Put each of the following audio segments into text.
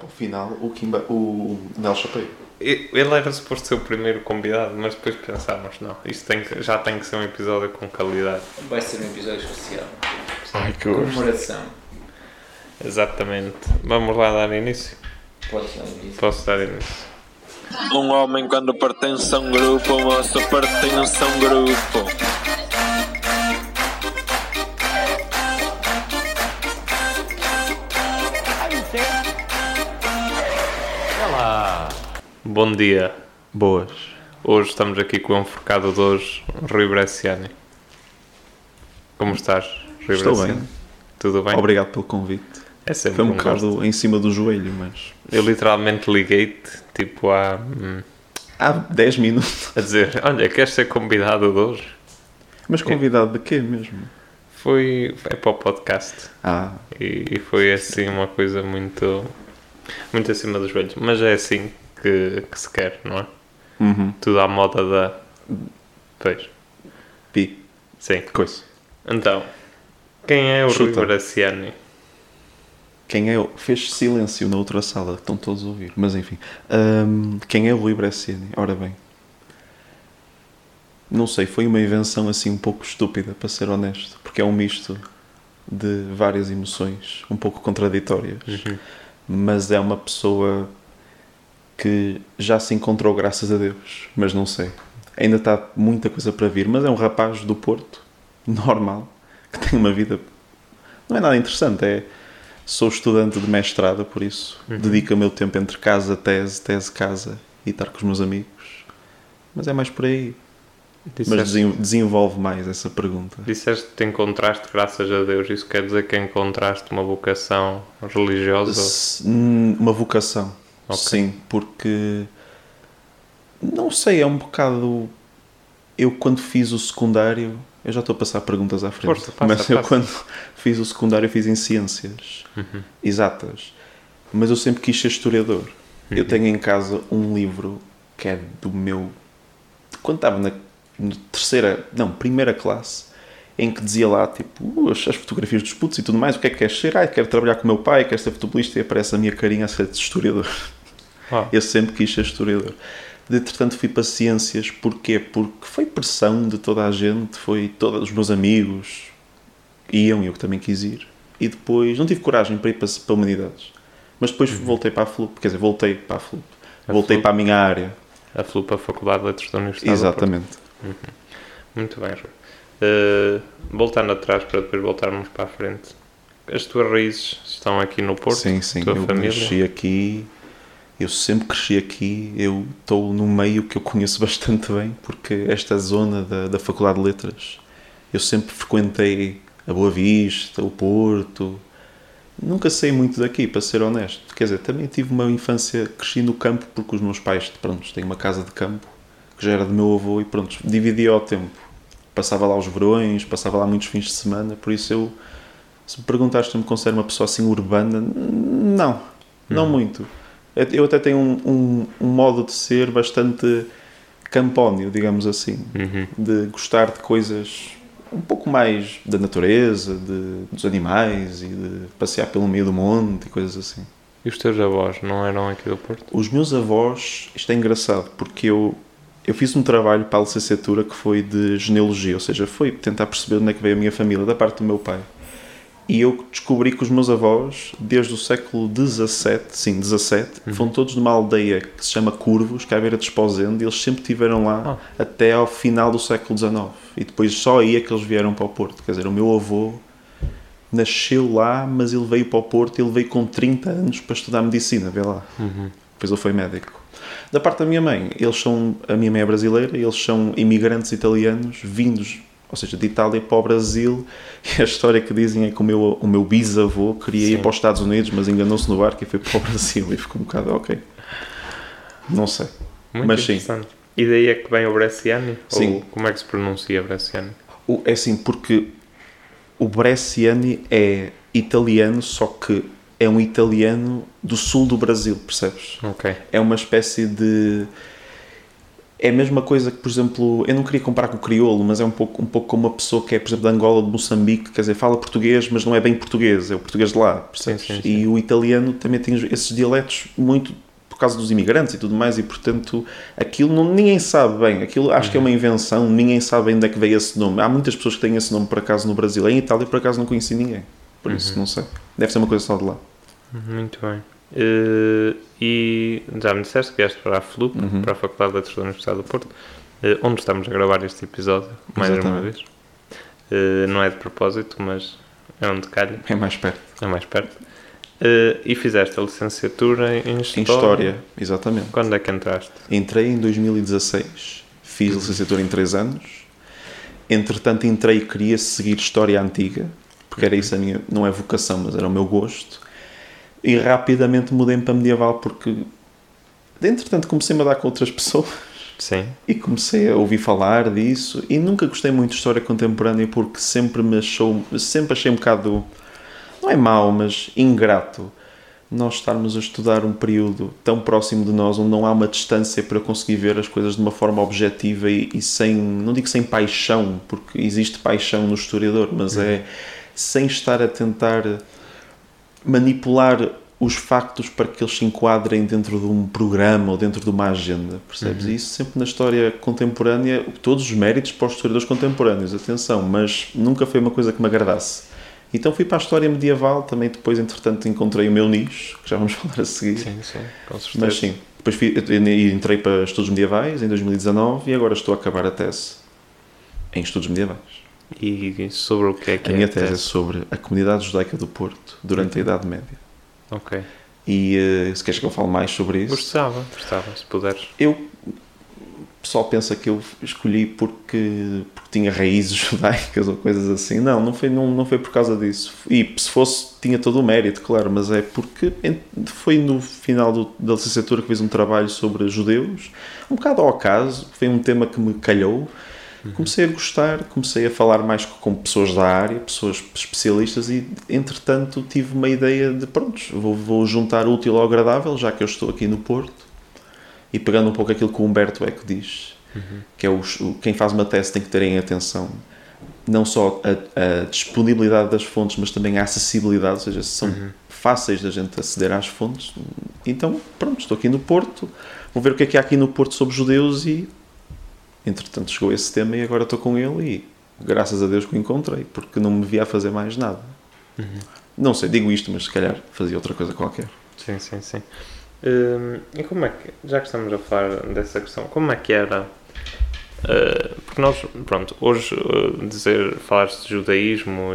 Ao final, o Nel Chapeiro. Ele era suposto ser o primeiro convidado, mas depois pensámos, não, isto já tem que ser um episódio com qualidade. Vai ser um episódio especial. Ai, que gosto. Comemoração. Exatamente. Vamos lá dar início? Podes dar início. Posso dar início? Um homem quando pertence a um grupo, um moço pertence a um grupo. Olá! Bom dia. Boas. Hoje estamos aqui com o enforcado de hoje, Rui Bresciani. Como estás, Rui Estou Bresciani? bem. Tudo bem? Obrigado pelo convite. É sempre Foi um gosto. bocado em cima do joelho, mas... Eu literalmente liguei-te, tipo, Há 10 minutos. a dizer, olha, queres ser convidado de hoje? Mas convidado de quê mesmo? É para o podcast. E foi assim uma coisa muito acima dos joelhos. Mas é assim que se quer, não é? Tudo à moda da... Pois. Pi. Sim. Coisa. Então, quem é o Chuta. Rui Bresciani? Quem é? Fez silêncio na outra sala, estão todos a ouvir. Mas enfim. Quem é o Rui Bresciani? Ora bem. Não sei, foi uma invenção assim um pouco estúpida, para ser honesto. Porque é um misto de várias emoções, um pouco contraditórias. Mas é uma pessoa que já se encontrou, graças a Deus. Mas não sei. Ainda está muita coisa para vir. Mas é um rapaz do Porto, normal, que tem uma vida... Não é nada interessante, Sou estudante de mestrado, por isso dedico o meu tempo entre casa, tese, casa e estar com os meus amigos. Mas é mais por aí. Mas desenvolve mais essa pergunta. Disseste que te encontraste, graças a Deus. Isso quer dizer que encontraste uma vocação religiosa? Uma vocação, Ok. sim, porque... Não sei, é um bocado... Eu quando fiz o secundário... Eu já estou a passar perguntas à frente. Força, passa, mas eu passa. quando fiz o secundário fiz em ciências exatas. Mas eu sempre quis ser historiador. Eu tenho em casa um livro que é do meu... Quando estava na primeira classe, em que dizia lá, tipo, as fotografias dos putos e tudo mais, o que é que queres ser? Quero trabalhar com o meu pai, quero ser futebolista, e aparece a minha carinha a ser historiador. Eu sempre quis ser historiador. Entretanto fui para ciências. Porquê? Porque foi pressão de toda a gente, todos os meus amigos iam e eu que também quis ir. E depois não tive coragem para ir para humanidades. Mas depois voltei para a FLUP, voltei para a minha área. A FLUP, a Faculdade de Letras da Universidade Exatamente. do Porto. Muito bem, Rui. Voltando atrás para depois voltarmos para a frente. As tuas raízes estão aqui no Porto? Sim, Tua eu família? cresci aqui. Eu sempre cresci aqui, eu estou num meio que eu conheço bastante bem, porque esta zona da Faculdade de Letras, eu sempre frequentei a Boa Vista, o Porto, nunca saí muito daqui, para ser honesto. Quer dizer, também tive uma infância, cresci no campo, porque os meus pais, pronto, têm uma casa de campo, que já era do meu avô, e pronto, dividia o tempo. Passava lá os verões, passava lá muitos fins de semana, por isso se me perguntaste se eu me considero uma pessoa assim urbana, não muito. Eu até tenho um modo de ser bastante campónio, digamos assim. De gostar de coisas um pouco mais da natureza, dos animais e de passear pelo meio do monte e coisas assim. E os teus avós não eram aqui do Porto? Os meus avós, isto é engraçado, porque eu fiz um trabalho para a licenciatura que foi de genealogia, ou seja, foi tentar perceber onde é que veio a minha família, da parte do meu pai. E eu descobri que os meus avós, desde o século XVII, foram todos numa aldeia que se chama Curvos, que é à beira de Esposende, e eles sempre estiveram lá até ao final do século XIX. E depois só aí é que eles vieram para o Porto. Quer dizer, o meu avô nasceu lá, mas ele veio para o Porto, ele veio com 30 anos para estudar medicina, vê lá. Depois ele foi médico. Da parte da minha mãe, a minha mãe é brasileira, e eles são imigrantes italianos, vindos... Ou seja, de Itália para o Brasil, e a história que dizem é que o meu bisavô queria ir para os Estados Unidos, mas enganou-se no barco e foi para o Brasil, e ficou um bocado, ok. Não sei. Muito mas interessante. Sim. E daí é que vem o Bresciani? Sim. Ou como é que se pronuncia Bresciani? É assim, porque o Bresciani é italiano, só que é um italiano do sul do Brasil, percebes? Ok. É uma espécie de... é a mesma coisa que, por exemplo, eu não queria comparar com o crioulo, mas é um pouco como uma pessoa que é, por exemplo, de Angola, de Moçambique, quer dizer, fala português, mas não é bem português, é o português de lá, percebes? Sim. E o italiano também tem esses dialetos muito por causa dos imigrantes e tudo mais, e portanto aquilo ninguém sabe bem, aquilo acho que é uma invenção, ninguém sabe ainda que veio esse nome. Há muitas pessoas que têm esse nome por acaso no Brasil, em Itália por acaso não conheci ninguém, por isso não sei, deve ser uma coisa só de lá. Muito bem. E já me disseste que vieste para a FLUP, para a Faculdade de Letras da Universidade do Porto, onde estamos a gravar este episódio, mais uma vez. Não é de propósito, mas é onde calha. É mais perto. E fizeste a licenciatura em História, exatamente. Quando é que entraste? Entrei em 2016, fiz a licenciatura em 3 anos. Entretanto, entrei e queria seguir História Antiga, porque era isso a minha, não é vocação, mas era o meu gosto. E rapidamente mudei-me para Medieval, porque, entretanto, comecei-me a dar com outras pessoas. Sim. E comecei a ouvir falar disso. E nunca gostei muito de História Contemporânea, porque sempre achei um bocado... não é mau, mas ingrato nós estarmos a estudar um período tão próximo de nós, onde não há uma distância para conseguir ver as coisas de uma forma objetiva e sem, não digo sem paixão, porque existe paixão no historiador, mas é sem estar a tentar manipular os factos para que eles se enquadrem dentro de um programa ou dentro de uma agenda, percebes? E isso sempre na história contemporânea, todos os méritos para os historiadores contemporâneos, atenção, mas nunca foi uma coisa que me agradasse. Então fui para a história medieval, também depois, entretanto, encontrei o meu nicho, que já vamos falar a seguir. Sim, com certeza. Mas sim, depois entrei para estudos medievais em 2019 e agora estou a acabar a tese em estudos medievais. E sobre o que é que a minha tese é sobre a comunidade judaica do Porto durante a Idade Média. Ok. E se queres que eu fale mais sobre isso? Gostava, se puderes. O pessoal pensa que eu escolhi porque tinha raízes judaicas ou coisas assim. Não foi por causa disso. E se fosse, tinha todo o mérito, claro, mas é porque foi no final da licenciatura que fiz um trabalho sobre judeus, um bocado ao acaso, foi um tema que me calhou. Comecei a gostar, comecei a falar mais com pessoas da área, pessoas especialistas e, entretanto, tive uma ideia de, vou juntar o útil ao agradável, já que eu estou aqui no Porto. E pegando um pouco aquilo que o Humberto Eco diz, que é quem faz uma tese tem que ter em atenção não só a disponibilidade das fontes, mas também a acessibilidade, ou seja, se são fáceis da gente aceder às fontes. Então, estou aqui no Porto, vou ver o que é que há aqui no Porto sobre judeus e, entretanto, chegou esse tema e agora estou com ele e, graças a Deus que o encontrei, porque não me via a fazer mais nada. Não sei, digo isto, mas se calhar fazia outra coisa qualquer. Sim. E como é que, já que estamos a falar dessa questão, como é que era, porque nós, hoje falar-se de judaísmo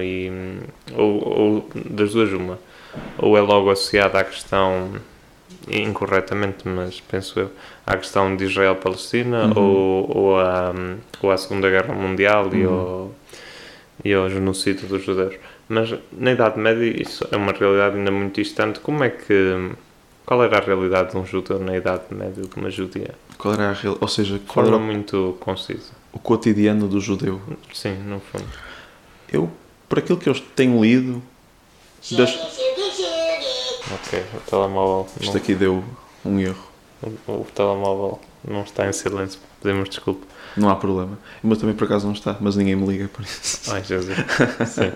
ou das duas uma, ou é logo associado à questão, incorretamente, mas penso eu, à questão de Israel-Palestina ou à Segunda Guerra Mundial e ao genocídio dos judeus. Mas na Idade Média isso é uma realidade ainda muito distante. Qual era a realidade de um judeu na Idade Média, de uma judia? Qual era a realidade? Ou seja, de forma muito concisa. O cotidiano do judeu. Sim, no fundo. Eu, por aquilo que eu tenho lido... Ok, o telemóvel... Isto aqui deu um erro. O telemóvel não está em silêncio, pedimos desculpa. Não há problema. O meu também por acaso não está, mas ninguém me liga por isso. Ai, Jesus. Sim.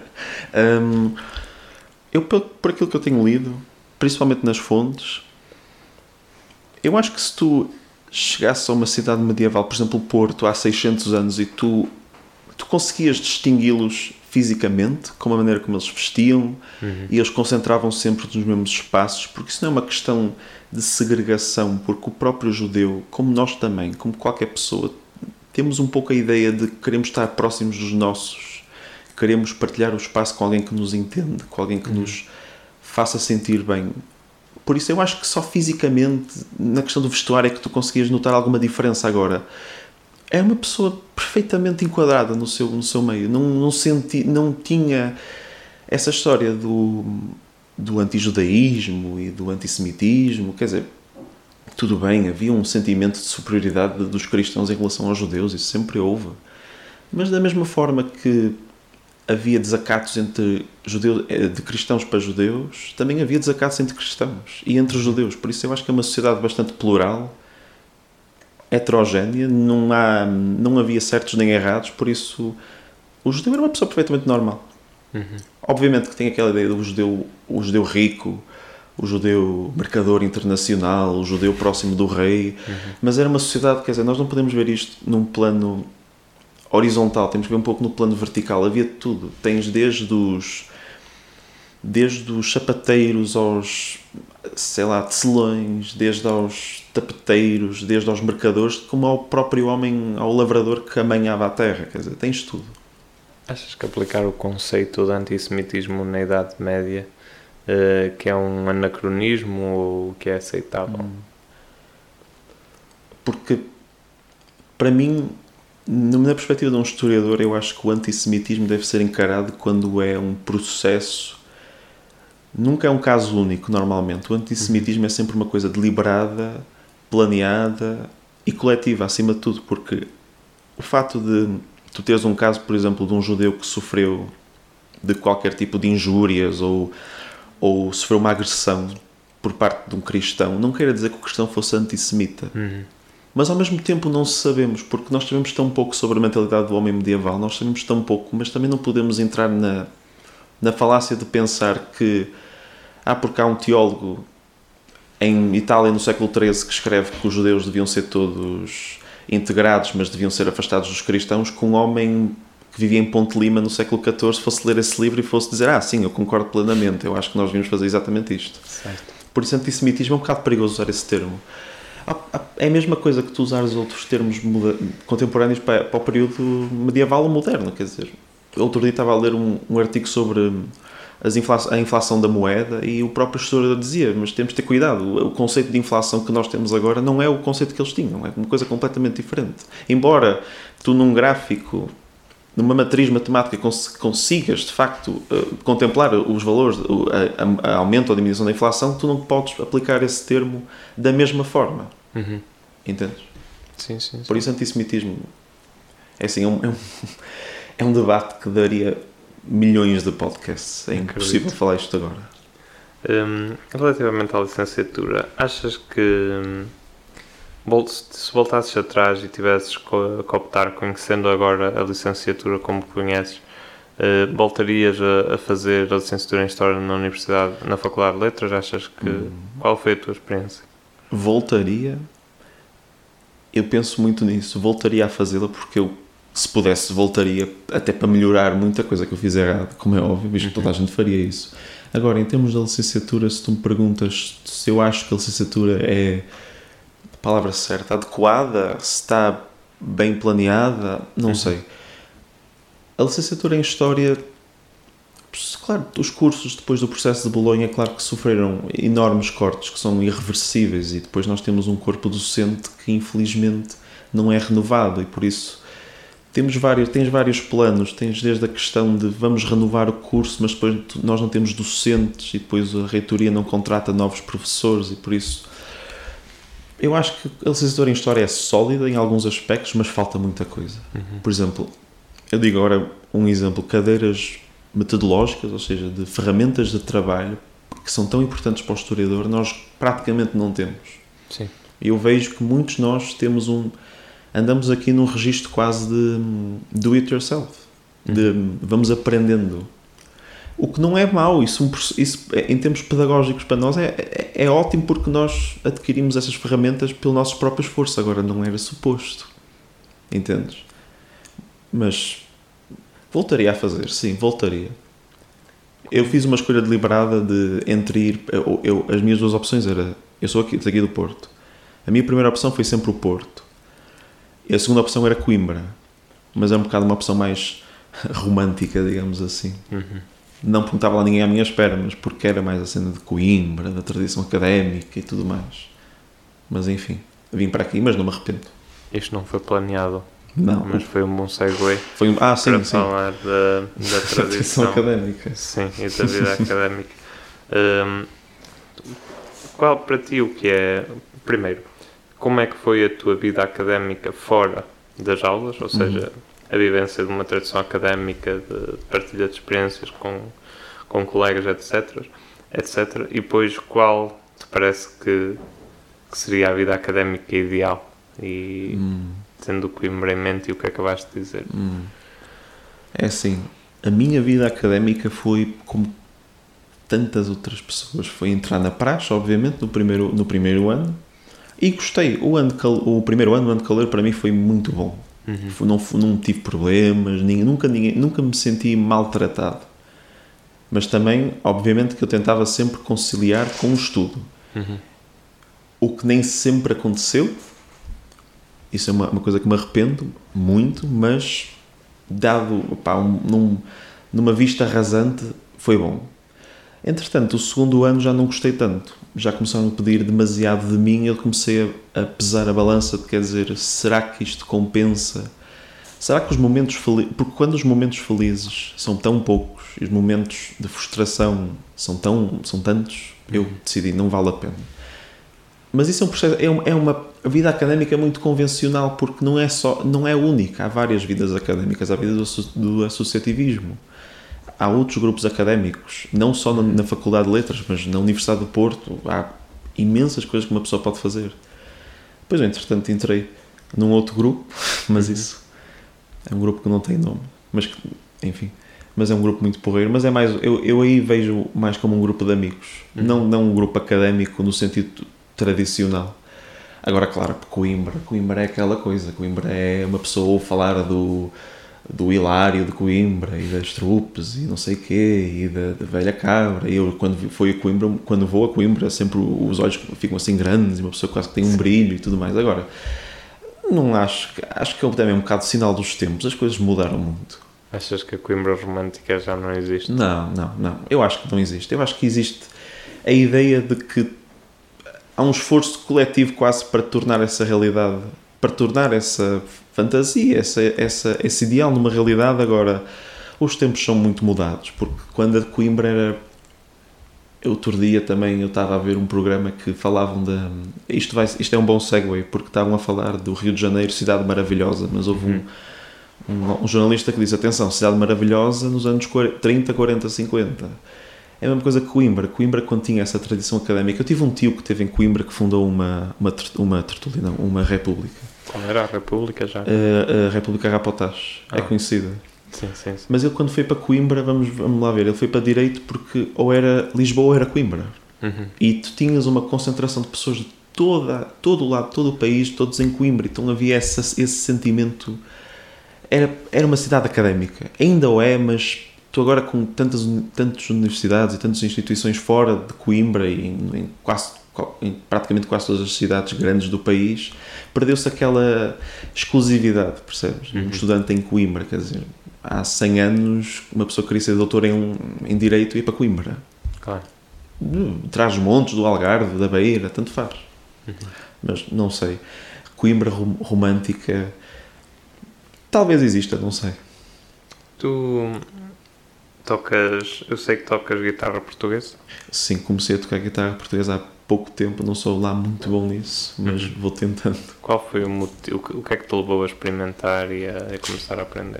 Eu, por aquilo que eu tenho lido... principalmente nas fontes, eu acho que se tu chegasses a uma cidade medieval, por exemplo, Porto, há 600 anos, e tu conseguias distingui-los fisicamente, com a maneira como eles vestiam, e eles concentravam-se sempre nos mesmos espaços, porque isso não é uma questão de segregação, porque o próprio judeu, como nós também, como qualquer pessoa, temos um pouco a ideia de que queremos estar próximos dos nossos, queremos partilhar o espaço com alguém que nos entende, com alguém que nos faça sentir bem. Por isso eu acho que só fisicamente, na questão do vestuário, é que tu conseguias notar alguma diferença agora. É uma pessoa perfeitamente enquadrada no seu meio. Não tinha essa história do antijudaísmo e do antissemitismo. Quer dizer, tudo bem, havia um sentimento de superioridade dos cristãos em relação aos judeus, isso sempre houve. Mas da mesma forma que havia desacatos entre de cristãos para judeus, também havia desacatos entre cristãos e entre judeus. Por isso eu acho que é uma sociedade bastante plural, heterogénea, não havia certos nem errados, por isso o judeu era uma pessoa perfeitamente normal. Obviamente que tem aquela ideia do judeu rico, o judeu mercador internacional, o judeu próximo do rei, mas era uma sociedade, quer dizer, nós não podemos ver isto num plano horizontal, temos que ver um pouco no plano vertical. Havia tudo, tens desde os sapateiros aos, sei lá, tecelões, desde aos tapeteiros, desde aos mercadores, como ao próprio homem, ao lavrador que amanhava a terra, quer dizer, tens tudo. Achas que aplicar o conceito de antissemitismo na Idade Média que é um anacronismo ou que é aceitável? Porque, para mim, na perspectiva de um historiador, eu acho que o antissemitismo deve ser encarado quando é um processo. Nunca é um caso único, normalmente. O antissemitismo é sempre uma coisa deliberada, planeada e coletiva, acima de tudo, porque o fato de tu teres um caso, por exemplo, de um judeu que sofreu de qualquer tipo de injúrias ou sofreu uma agressão por parte de um cristão, não quer dizer que o cristão fosse antissemita. Mas ao mesmo tempo não sabemos, porque nós sabemos tão pouco sobre a mentalidade do homem medieval, nós sabemos tão pouco, mas também não podemos entrar na falácia de pensar que porque há um teólogo em Itália no século XIII que escreve que os judeus deviam ser todos integrados, mas deviam ser afastados dos cristãos, que um homem que vivia em Ponte Lima no século XIV fosse ler esse livro e fosse dizer sim, eu concordo plenamente, eu acho que nós devíamos fazer exatamente isto. Certo. Por isso antissemitismo é um bocado perigoso usar esse termo. É a mesma coisa que tu usares outros termos contemporâneos para o período medieval ou moderno, quer dizer, outro dia estava a ler um artigo sobre a inflação da moeda e o próprio historiador dizia, mas temos de ter cuidado, o conceito de inflação que nós temos agora não é o conceito que eles tinham, é uma coisa completamente diferente. Embora tu num gráfico, numa matriz matemática consigas de facto contemplar os valores, a aumento ou diminuição da inflação, tu não podes aplicar esse termo da mesma forma. Entendes? Sim. Por isso antissemitismo é assim, é um debate que daria milhões de podcasts. É impossível falar isto agora. Relativamente à licenciatura, achas que se voltasses atrás e tivesses que optar, conhecendo agora a licenciatura como conheces, voltarias a fazer a licenciatura em História na Faculdade de Letras? Achas que qual foi a tua experiência? Voltaria? Eu penso muito nisso. Voltaria a fazê-la porque eu, se pudesse, voltaria até para melhorar muita coisa que eu fiz errado, como é óbvio, visto que toda a gente faria isso. Agora, em termos da licenciatura, se tu me perguntas se eu acho que a licenciatura é a palavra certa, adequada, se está bem planeada, não sei. A licenciatura em História, claro, os cursos depois do processo de Bolonha, claro que sofreram enormes cortes que são irreversíveis e depois nós temos um corpo docente que infelizmente não é renovado e por isso tens vários planos, tens desde a questão de vamos renovar o curso, mas depois nós não temos docentes e depois a reitoria não contrata novos professores e por isso eu acho que a licenciatura em História é sólida em alguns aspectos, mas falta muita coisa. Por exemplo, eu digo agora um exemplo, cadeiras metodológicas, ou seja, de ferramentas de trabalho que são tão importantes para o historiador, nós praticamente não temos. Sim. Eu vejo que muitos de nós temos andamos aqui num registro quase de do it yourself, de vamos aprendendo. O que não é mau, isso em termos pedagógicos para nós é ótimo porque nós adquirimos essas ferramentas pelo nosso próprio esforço, agora não era suposto. Entendes? Mas voltaria a fazer, sim, voltaria. Eu fiz uma escolha deliberada entre ir... as minhas duas opções eram... Eu sou daqui do Porto. A minha primeira opção foi sempre o Porto. E a segunda opção era Coimbra. Mas é um bocado uma opção mais romântica, digamos assim. Não porque não estava lá ninguém à minha espera, mas porque era mais a cena de Coimbra, da tradição académica e tudo mais. Mas enfim, vim para aqui, mas não me arrependo. Isto não foi planeado. Não. Mas foi um bom segue sim, para sim. falar da tradição académica. Sim, e da vida académica. Qual para ti o que é... Primeiro, como é que foi a tua vida académica fora das aulas? Ou seja, a vivência de uma tradição académica, de partilha de experiências com colegas, etc. E depois, qual te parece que seria a vida académica ideal e tendo o Coimbra em mente e o que acabaste de dizer. É assim, a minha vida académica foi como tantas outras pessoas, foi entrar na praxe, obviamente, no primeiro ano, e gostei. O primeiro ano, o ano de calor, para mim foi muito bom. Não tive problemas, nunca me senti maltratado. Mas também, obviamente, que eu tentava sempre conciliar com o estudo. O que nem sempre aconteceu. Isso é uma coisa que me arrependo muito, mas dado numa vista rasante, foi bom. Entretanto, o segundo ano já não gostei tanto. Já começaram a pedir demasiado de mim. Eu comecei a pesar a balança de, quer dizer, será que isto compensa? Será que os momentos felizes... Porque quando os momentos felizes são tão poucos e os momentos de frustração são tantos, eu decidi, não vale a pena. Mas isso é um processo... A vida académica é muito convencional, porque não é única. Há várias vidas académicas. Há a vida do associativismo. Há outros grupos académicos, não só na Faculdade de Letras, mas na Universidade do Porto. Há imensas coisas que uma pessoa pode fazer. Depois, entretanto, entrei num outro grupo, mas isso é um grupo que não tem nome. Mas, enfim, mas é um grupo muito porreiro. Mas é mais, eu aí vejo mais como um grupo de amigos, não um grupo académico no sentido tradicional. Agora, claro, Coimbra é aquela coisa. Coimbra é uma pessoa falar do Hilário de Coimbra e das trupes e não sei o quê e da velha cabra. E eu quando vou a Coimbra sempre os olhos ficam assim grandes e uma pessoa quase que tem um brilho e tudo mais. Agora, não acho que também é um bocado sinal dos tempos. As coisas mudaram muito. Achas que a Coimbra romântica já não existe? Não. Eu acho que não existe. Eu acho que existe a ideia de que há um esforço coletivo quase para tornar essa realidade, para tornar essa fantasia, esse ideal numa realidade. Agora, os tempos são muito mudados, porque quando a de Coimbra era... Outro dia também eu estava a ver um programa que falavam isto é um bom segue, porque estavam a falar do Rio de Janeiro, cidade maravilhosa, mas houve um jornalista que disse, atenção, cidade maravilhosa nos anos 30, 40, 50. É a mesma coisa que Coimbra. Coimbra, quando tinha essa tradição académica... Eu tive um tio que esteve em Coimbra que fundou uma república. Qual era a república já? A República Rapotás. É conhecida. Sim. Mas ele, quando foi para Coimbra, vamos lá ver, ele foi para Direito porque ou era Lisboa ou era Coimbra. E tu tinhas uma concentração de pessoas de todo o lado, todo o país, todos em Coimbra. Então havia esse sentimento... Era uma cidade académica. Ainda o é, mas... Tu agora com tantas universidades e tantas instituições fora de Coimbra e em praticamente quase todas as cidades grandes do país, perdeu-se aquela exclusividade, percebes? Um estudante em Coimbra, quer dizer, há 100 anos uma pessoa queria ser doutora em Direito e ia para Coimbra. Claro. Trás-os-Montes, do Algarve, da Beira, tanto faz. Mas não sei. Coimbra romântica talvez exista, não sei. Tu... eu sei que tocas guitarra portuguesa? Sim, comecei a tocar guitarra portuguesa há pouco tempo, não sou lá muito bom nisso, mas vou tentando. Qual foi o motivo, o que é que te levou a experimentar e a começar a aprender?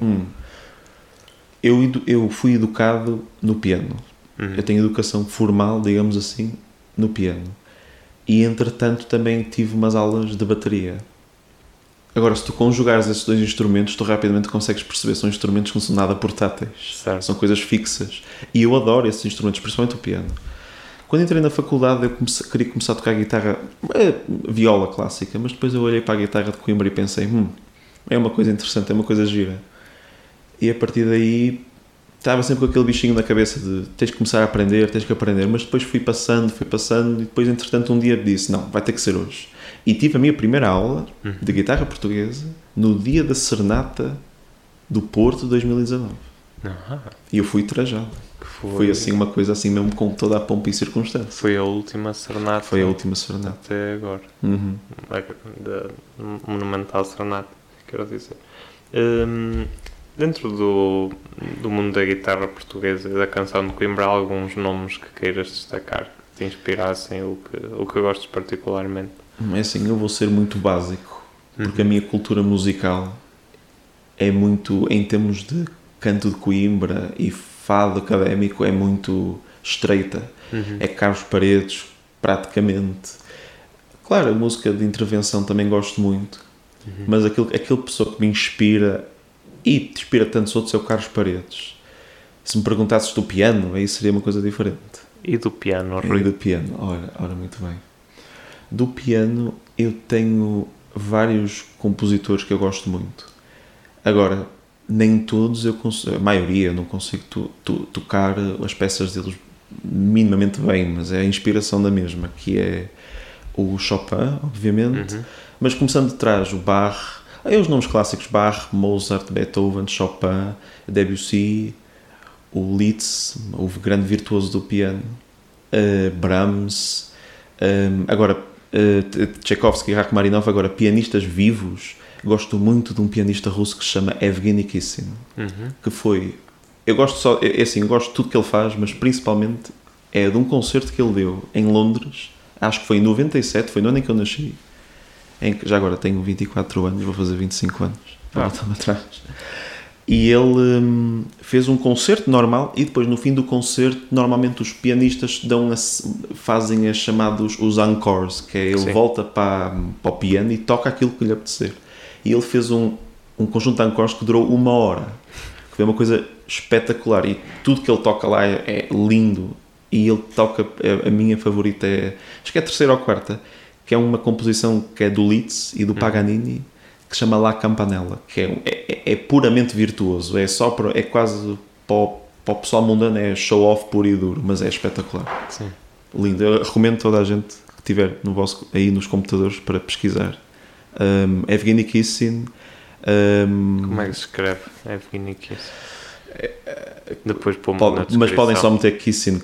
Eu fui educado no piano. Eu tenho educação formal, digamos assim, no piano. E entretanto também tive umas aulas de bateria. Agora, se tu conjugares esses dois instrumentos, tu rapidamente consegues perceber que são instrumentos que não são nada portáteis. Certo. São coisas fixas. E eu adoro esses instrumentos, principalmente o piano. Quando entrei na faculdade, eu queria começar a tocar guitarra, viola clássica, mas depois eu olhei para a guitarra de Coimbra e pensei, é uma coisa interessante, é uma coisa gira. E a partir daí, estava sempre com aquele bichinho na cabeça de tens que começar a aprender, mas depois fui passando, e depois, entretanto, um dia disse, não, vai ter que ser hoje. E tive a minha primeira aula de guitarra portuguesa no dia da Serenata do Porto de 2019. E eu fui trajado. Foi assim uma coisa assim mesmo com toda a pompa e circunstância. Foi a última Serenata. Foi a última Serenata. Até agora. Da monumental Serenata, quero dizer. Dentro do mundo da guitarra portuguesa e da canção de Coimbra, há alguns nomes que queiras destacar, que te inspirassem ou que gostes particularmente? É assim, eu vou ser muito básico, porque a minha cultura musical é muito, em termos de canto de Coimbra e fado académico, é muito estreita. É Carlos Paredes, praticamente. Claro, a música de intervenção também gosto muito, mas aquele pessoa que me inspira e te inspira tantos outros é o Carlos Paredes. Se me perguntasses do piano, aí seria uma coisa diferente. E do piano, Rui? E do piano, ora, muito bem. Do piano eu tenho vários compositores que eu gosto muito. Agora, nem todos a maioria eu não consigo tocar as peças deles minimamente bem, mas é a inspiração da mesma, que é o Chopin, obviamente, mas começando de trás, o Bach, aí os nomes clássicos, Bach, Mozart, Beethoven, Chopin, Debussy, o Liszt, o grande virtuoso do piano, Brahms, agora Tchaikovsky e Rachmaninoff. Agora, pianistas vivos, gosto muito de um pianista russo que se chama Evgeny Kissin, que foi, eu gosto gosto de tudo que ele faz, mas principalmente é de um concerto que ele deu em Londres, acho que foi em 97, foi no ano em que eu nasci, já agora tenho 24 anos, vou fazer 25 anos, voltando atrás. E ele fez um concerto normal e depois no fim do concerto normalmente os pianistas fazem os chamados os encores, que é ele volta para o piano e toca aquilo que lhe apetecer. E ele fez um conjunto de encores que durou 1 hora, que foi uma coisa espetacular, e tudo que ele toca lá é lindo. E ele toca, a minha favorita acho que é a 3ª ou 4ª, que é uma composição que é do Liszt e do Paganini, que se chama La Campanella, que é puramente virtuoso, é quase para o pessoal mundano, é show-off puro e duro, mas é espetacular. Sim. Lindo, eu recomendo toda a gente que tiver aí nos computadores para pesquisar. Evgeny Kissin. Como é que se escreve Evgeny Kissin? Depois pôr-me na descrição. Mas podem só meter Kissin,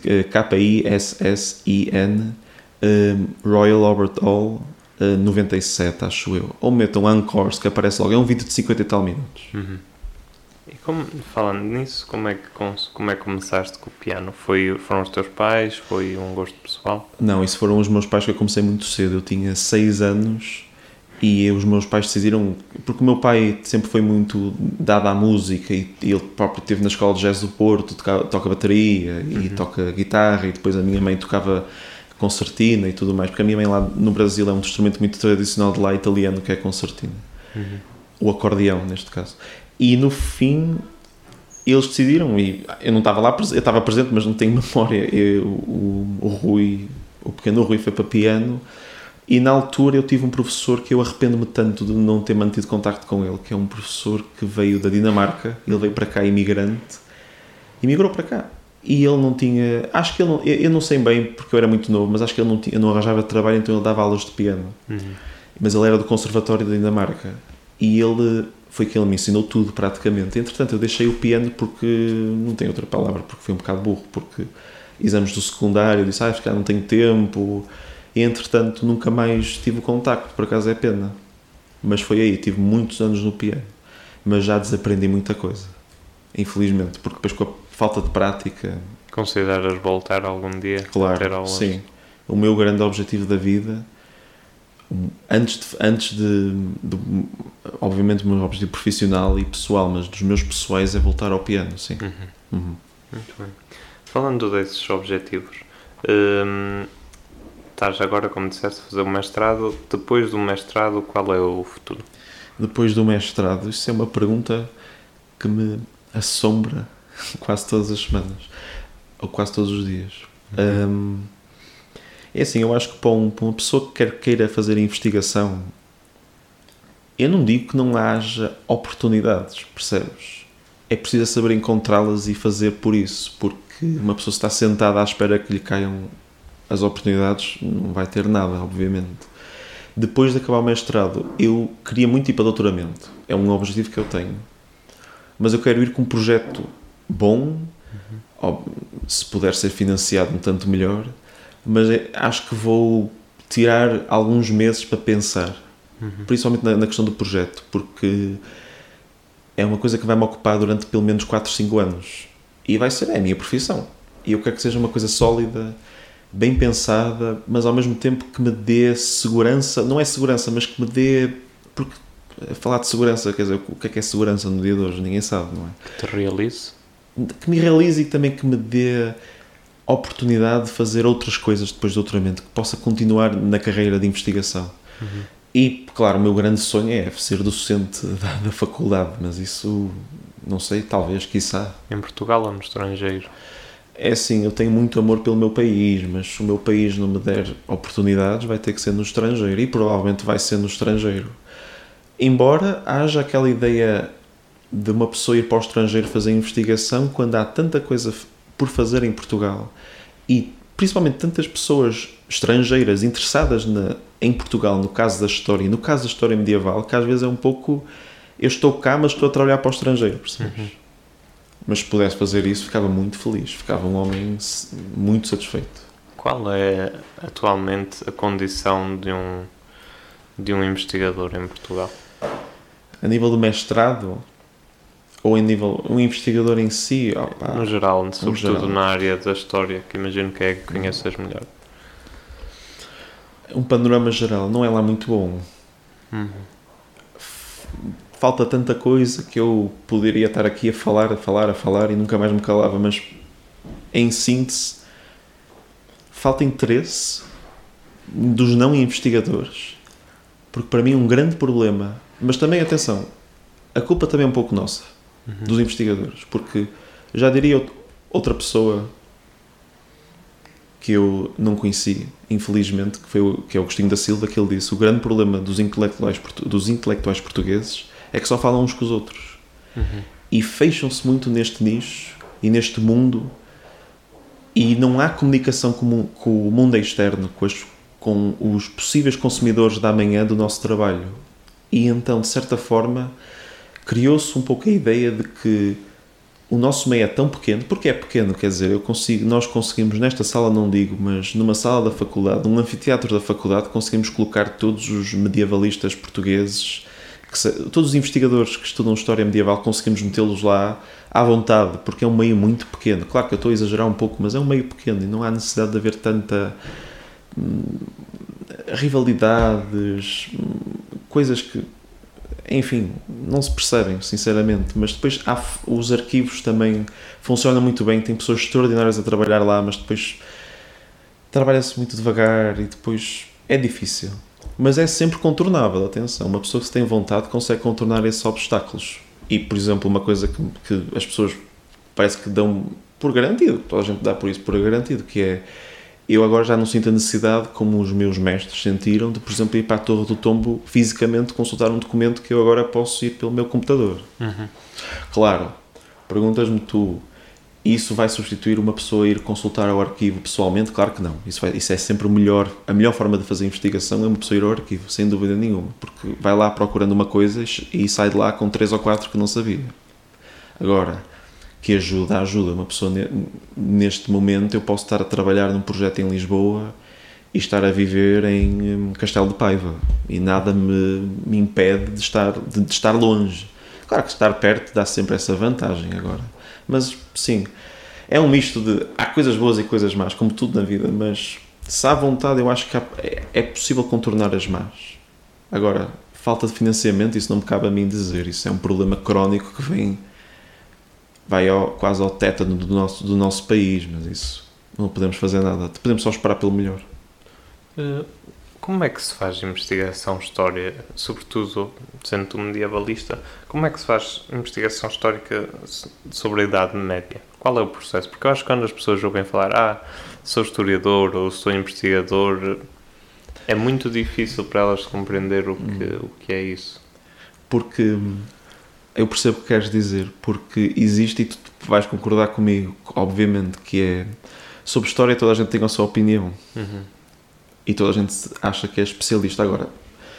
Kissin, Royal Albert Hall, 97, acho eu. Ou metam Encores, que aparece logo. É um vídeo de 50 e tal minutos. E falando nisso, como é que começaste com o piano? Foram os teus pais? Foi um gosto pessoal? Não, isso foram os meus pais, que eu comecei muito cedo. Eu tinha 6 anos e os meus pais decidiram, porque o meu pai sempre foi muito dado à música e ele próprio esteve na Escola de Jazz do Porto, toca bateria e toca guitarra, e depois a minha mãe tocava concertina e tudo mais, porque a minha mãe lá no Brasil é um instrumento muito tradicional de lá italiano, que é a concertina, o acordeão neste caso. E no fim eles decidiram, e eu não estava lá, eu estava presente, mas não tenho memória. O pequeno Rui foi para piano, e na altura eu tive um professor que eu arrependo-me tanto de não ter mantido contacto com ele, que é um professor que veio da Dinamarca. Ele veio para cá imigrante, imigrou para cá, e ele não tinha, acho que ele não, eu não sei bem porque eu era muito novo, mas acho que ele não arranjava trabalho, então ele dava aulas de piano. Mas ele era do Conservatório da Dinamarca, e foi que ele me ensinou tudo praticamente. Entretanto eu deixei o piano porque, não tenho outra palavra, porque fui um bocado burro, porque exames do secundário, disse, acho que não tenho tempo, e entretanto nunca mais tive o contacto, por acaso é pena. Mas foi aí, tive muitos anos no piano, mas já desaprendi muita coisa, infelizmente, porque depois com a falta de prática... Consideras voltar algum dia? Claro, ter aulas? Sim. O meu grande objetivo da vida, antes de obviamente o meu objetivo profissional e pessoal, mas dos meus pessoais, é voltar ao piano, sim. Muito bem. Falando desses objetivos, estás agora, como disseste, a fazer o mestrado. Depois do mestrado, qual é o futuro? Depois do mestrado, isso é uma pergunta que me assombra quase todas as semanas, ou quase todos os dias. É assim, eu acho que para uma pessoa que queira fazer investigação, eu não digo que não haja oportunidades, percebes? É preciso saber encontrá-las e fazer por isso, porque uma pessoa está sentada à espera que lhe caiam as oportunidades, não vai ter nada, obviamente. Depois de acabar o mestrado, eu queria muito ir para doutoramento, é um objetivo que eu tenho, mas eu quero ir com um projeto bom, se puder ser financiado um tanto melhor, mas acho que vou tirar alguns meses para pensar, principalmente na questão do projeto, porque é uma coisa que vai me ocupar durante pelo menos 4, 5 anos, e vai ser a minha profissão, e eu quero que seja uma coisa sólida, bem pensada, mas ao mesmo tempo que me dê segurança, não é segurança, mas que me dê, porque falar de segurança, quer dizer, o que é segurança no dia de hoje? Ninguém sabe, não é? Que te realize? Que me realize, e também que me dê oportunidade de fazer outras coisas depois do doutoramento, que possa continuar na carreira de investigação. E, claro, o meu grande sonho é ser docente da faculdade, mas isso, não sei, talvez, quiçá. Em Portugal ou no estrangeiro? É assim, eu tenho muito amor pelo meu país, mas se o meu país não me der oportunidades, vai ter que ser no estrangeiro, e provavelmente vai ser no estrangeiro. Embora haja aquela ideia de uma pessoa ir para o estrangeiro fazer investigação quando há tanta coisa por fazer em Portugal, e principalmente tantas pessoas estrangeiras interessadas em Portugal, no caso da história, e no caso da história medieval, que às vezes é um pouco, eu estou cá, mas estou a trabalhar para o estrangeiro, percebes? Mas se pudesse fazer isso, ficava muito feliz, ficava um homem muito satisfeito. Qual é atualmente a condição de um investigador em Portugal? A nível do mestrado, ou em nível, um investigador em si? No geral, sobretudo na área da história, que imagino que é que conheças melhor. Um panorama geral não é lá muito bom. Falta tanta coisa que eu poderia estar aqui a falar e nunca mais me calava, mas em síntese, falta interesse dos não investigadores, porque para mim é um grande problema, mas também, atenção, a culpa também é um pouco nossa, dos investigadores, porque já diria outra pessoa que eu não conheci, infelizmente, que é o Agostinho da Silva, que ele disse: o grande problema dos intelectuais portugueses é que só falam uns com os outros. E fecham-se muito neste nicho e neste mundo, e não há comunicação com o mundo externo, com os possíveis consumidores da amanhã do nosso trabalho. E então, de certa forma, criou-se um pouco a ideia de que o nosso meio é tão pequeno, porque é pequeno, quer dizer, nós conseguimos, nesta sala não digo, mas numa sala da faculdade, num anfiteatro da faculdade, conseguimos colocar todos os medievalistas portugueses, todos os investigadores que estudam história medieval, conseguimos metê-los lá à vontade, porque é um meio muito pequeno. Claro que eu estou a exagerar um pouco, mas é um meio pequeno e não há necessidade de haver tanta rivalidades, coisas que, enfim, não se percebem, sinceramente. Mas depois os arquivos também funcionam muito bem, tem pessoas extraordinárias a trabalhar lá, mas depois trabalha-se muito devagar e depois é difícil. Mas é sempre contornável, atenção. Uma pessoa que se tem vontade consegue contornar esses obstáculos. E, por exemplo, uma coisa que as pessoas parece que dão por garantido, toda a gente dá por isso por garantido, que é, eu agora já não sinto a necessidade, como os meus mestres sentiram, de, por exemplo, ir para a Torre do Tombo fisicamente consultar um documento que eu agora posso ir pelo meu computador. Claro, perguntas-me tu, isso vai substituir uma pessoa ir consultar ao arquivo pessoalmente? Claro que não. Isso é sempre a melhor forma de fazer investigação é uma pessoa ir ao arquivo, sem dúvida nenhuma, porque vai lá procurando uma coisa e sai de lá com 3 ou 4 que não sabia. Agora, que ajuda. Uma pessoa, neste momento, eu posso estar a trabalhar num projeto em Lisboa e estar a viver em Castelo de Paiva e nada me impede de estar longe. Claro que estar perto dá sempre essa vantagem agora. Mas, sim, é um misto de... Há coisas boas e coisas más, como tudo na vida, mas se há vontade, eu acho que é possível contornar as más. Agora, falta de financiamento, isso não me cabe a mim dizer. Isso é um problema crónico que vai quase ao tétano do nosso país, mas isso não podemos fazer nada. Podemos só esperar pelo melhor. Como é que se faz investigação histórica, sobretudo sendo tu medievalista, como é que se faz investigação histórica sobre a Idade Média? Qual é o processo? Porque eu acho que quando as pessoas ouvem falar sou historiador ou sou investigador, é muito difícil para elas compreender o que é isso. Porque eu percebo o que queres dizer, porque existe, e tu vais concordar comigo, obviamente, que é sobre história toda a gente tem a sua opinião. E toda a gente acha que é especialista. Agora,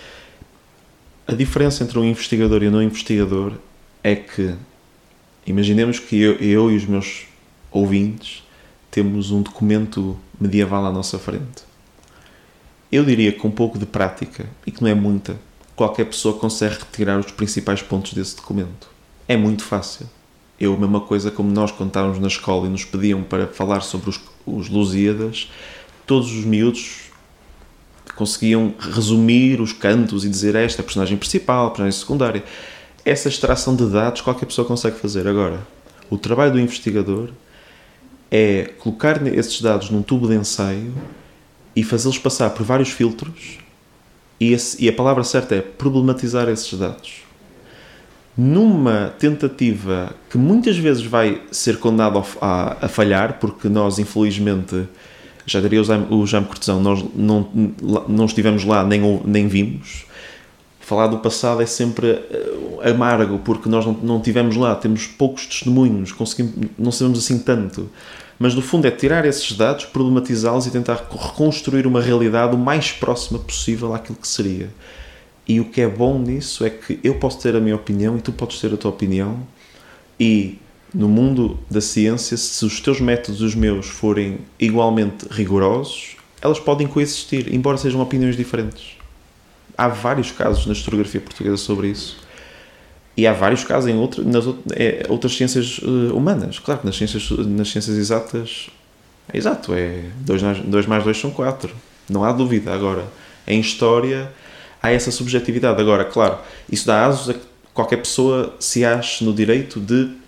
a diferença entre um investigador e um não investigador é que, imaginemos que eu e os meus ouvintes temos um documento medieval à nossa frente. Eu diria que com um pouco de prática, e que não é muita, qualquer pessoa consegue retirar os principais pontos desse documento. É muito fácil. A mesma coisa como nós, quando estávamos na escola e nos pediam para falar sobre os Lusíadas, todos os miúdos conseguiam resumir os cantos e dizer esta é a personagem principal, a personagem secundária. Essa extração de dados qualquer pessoa consegue fazer. Agora, o trabalho do investigador é colocar esses dados num tubo de ensaio e fazê-los passar por vários filtros e a palavra certa é problematizar esses dados. Numa tentativa que muitas vezes vai ser condenado a falhar, porque nós, infelizmente, já diria o Jaime Cortesão, nós não estivemos lá nem vimos. Falar do passado é sempre amargo, porque nós não estivemos lá, temos poucos testemunhos, não sabemos assim tanto. Mas, no fundo, é tirar esses dados, problematizá-los e tentar reconstruir uma realidade o mais próxima possível àquilo que seria. E o que é bom nisso é que eu posso ter a minha opinião e tu podes ter a tua opinião. E, no mundo da ciência, se os teus métodos e os meus forem igualmente rigorosos, elas podem coexistir, embora sejam opiniões diferentes. Há vários casos na historiografia portuguesa sobre isso. E há vários casos nas outras ciências humanas. Claro que nas ciências exatas é exato, 2 mais 2 são 4. Não há dúvida. Agora, em história, há essa subjetividade. Agora, claro, isso dá asos a que qualquer pessoa se ache no direito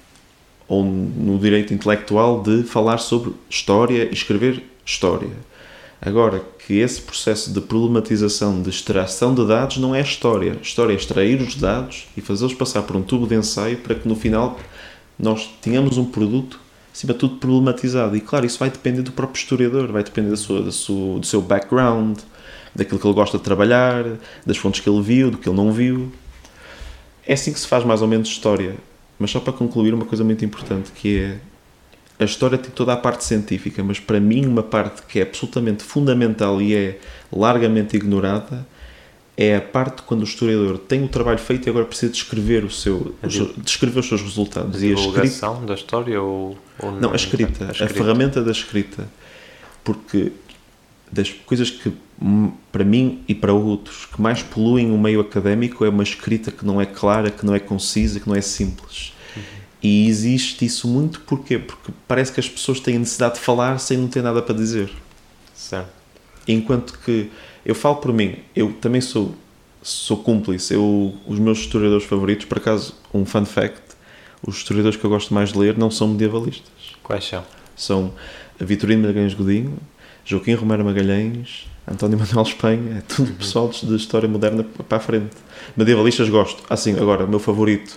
ou no direito intelectual de falar sobre história e escrever história. Agora, que esse processo de problematização, de extração de dados não é história. História é extrair os dados e fazê-los passar por um tubo de ensaio para que no final nós tenhamos um produto, acima de tudo, problematizado. E claro, isso vai depender do próprio historiador, vai depender do seu background, daquilo que ele gosta de trabalhar, das fontes que ele viu, do que ele não viu. É assim que se faz mais ou menos história. Mas só para concluir, uma coisa muito importante, que é a história tem toda a parte científica, mas para mim uma parte que é absolutamente fundamental e é largamente ignorada é a parte quando o historiador tem o trabalho feito e agora precisa descrever os seus resultados. A divulgação da história ou não, a escrita, a ferramenta da escrita. Porque das coisas que, para mim e para outros, que mais poluem o meio académico é uma escrita que não é clara, que não é concisa, que não é simples. E existe isso muito porquê? Porque parece que as pessoas têm a necessidade de falar sem não ter nada para dizer. Certo. Enquanto que eu falo por mim, eu também sou cúmplice. Os meus historiadores favoritos, por acaso, um fun fact, os historiadores que eu gosto mais de ler não são medievalistas. Quais são? São Vitorino Magalhães Godinho, Joaquim Romero Magalhães, António Manuel Espanha, é tudo pessoal de história moderna para a frente. Medievalistas gosto. Assim, agora, o meu favorito,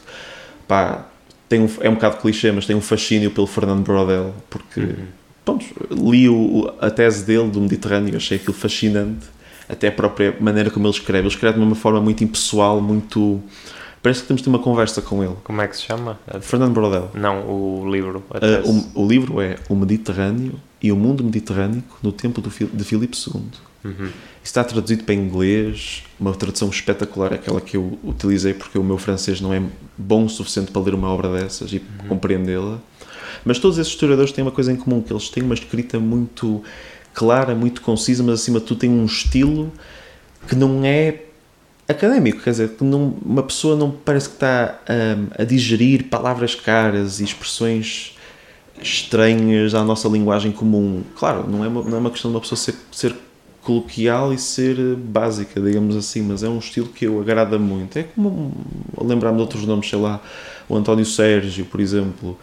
é um bocado clichê, mas tem um fascínio pelo Fernando Brodel, porque li a tese dele do Mediterrâneo, achei aquilo fascinante, até a própria maneira como ele escreve de uma forma muito impessoal, muito... Parece que temos de ter uma conversa com ele. Como é que se chama? Fernando Brodel. Não, o livro. O livro é O Mediterrâneo e o Mundo Mediterrâneo no Tempo de Filipe II. Está traduzido para inglês, uma tradução espetacular, aquela que eu utilizei porque o meu francês não é bom o suficiente para ler uma obra dessas e compreendê-la. Mas todos esses historiadores têm uma coisa em comum, que eles têm uma escrita muito clara, muito concisa, mas acima de tudo têm um estilo que não é académico, quer dizer, que uma pessoa não parece que está a digerir palavras caras e expressões estranhas à nossa linguagem comum. Claro, não é uma questão de uma pessoa ser coloquial e ser básica, digamos assim, mas é um estilo que eu agrada muito. É como lembrar-me de outros nomes, sei lá, o António Sérgio, por exemplo,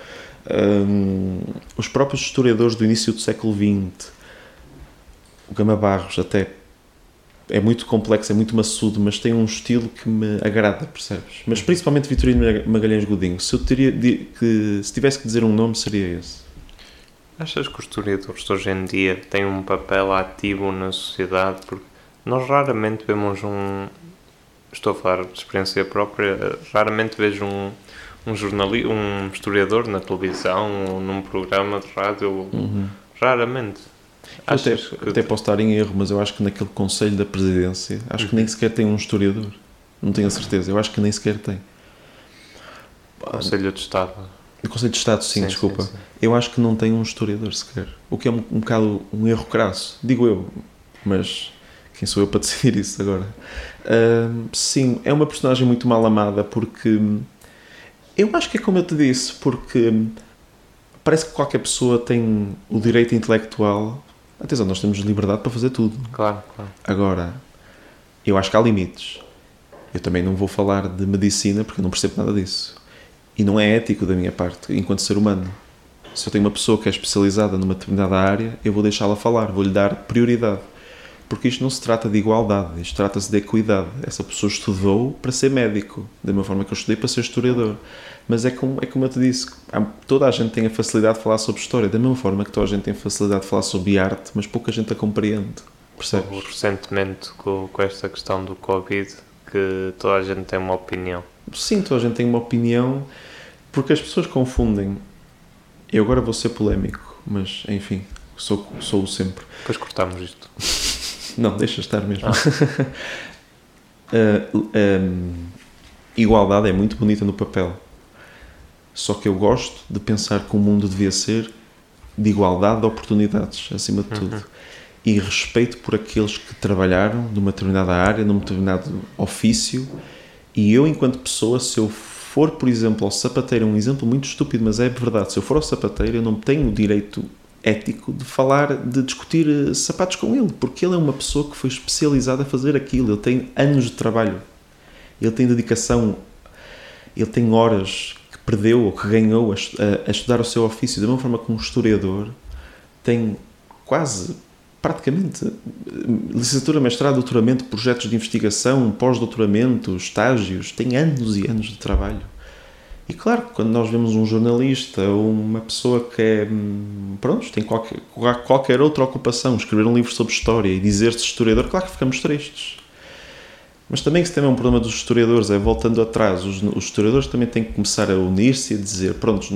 os próprios historiadores do início do século XX, o Gama Barros, até é muito complexo, é muito maçudo, mas tem um estilo que me agrada, percebes? Mas principalmente Vitorino Magalhães Godinho. Se tivesse que dizer um nome, seria esse. Achas que os historiadores hoje em dia têm um papel ativo na sociedade? Porque nós raramente vemos estou a falar de experiência própria, raramente vejo um historiador na televisão ou num programa de rádio, raramente. Até posso estar em erro, mas eu acho que naquele Conselho da Presidência, acho que nem sequer tem um historiador. Não tenho a certeza, eu acho que nem sequer tem. Conselho de Estado. O Conselho de Estado, sim, desculpa. Sim. Eu acho que não tem um historiador sequer. O que é um bocado um erro crasso, digo eu, mas quem sou eu para decidir isso agora? Sim, é uma personagem muito mal amada porque eu acho que é como eu te disse, porque parece que qualquer pessoa tem o direito intelectual. Atenção, nós temos liberdade para fazer tudo. Claro. Agora, eu acho que há limites. Eu também não vou falar de medicina porque eu não percebo nada disso. E não é ético da minha parte, enquanto ser humano. Se eu tenho uma pessoa que é especializada numa determinada área, eu vou deixá-la falar, vou-lhe dar prioridade. Porque isto não se trata de igualdade, isto trata-se de equidade. Essa pessoa estudou para ser médico, da mesma forma que eu estudei para ser historiador. Mas é como eu te disse, toda a gente tem a facilidade de falar sobre história, da mesma forma que toda a gente tem a facilidade de falar sobre arte, mas pouca gente a compreende. Percebes? Recentemente, com esta questão do Covid, que toda a gente tem uma opinião. Sim, toda a gente tem uma opinião, porque as pessoas confundem. Eu agora vou ser polémico, mas enfim, sou sempre. Depois cortamos isto. Não, deixa estar mesmo. Igualdade é muito bonita no papel. Só que eu gosto de pensar que o mundo devia ser de igualdade de oportunidades, acima de tudo. E respeito por aqueles que trabalharam numa determinada área, num determinado ofício. E eu, enquanto pessoa, se eu for, por exemplo, ao sapateiro, um exemplo muito estúpido, mas é verdade, se eu for ao sapateiro, eu não tenho o direito ético de falar, de discutir sapatos com ele, porque ele é uma pessoa que foi especializada a fazer aquilo, ele tem anos de trabalho, ele tem dedicação, ele tem horas que perdeu ou que ganhou a estudar o seu ofício, da mesma forma que um historiador tem praticamente licenciatura, mestrado, doutoramento, projetos de investigação, pós-doutoramento, estágios, tem anos e anos de trabalho. E claro, quando nós vemos um jornalista ou uma pessoa que é, tem qualquer outra ocupação, escrever um livro sobre história e dizer-se historiador, claro que ficamos tristes. Mas também que também é um problema dos historiadores, é voltando atrás, os historiadores também têm que começar a unir-se e a dizer,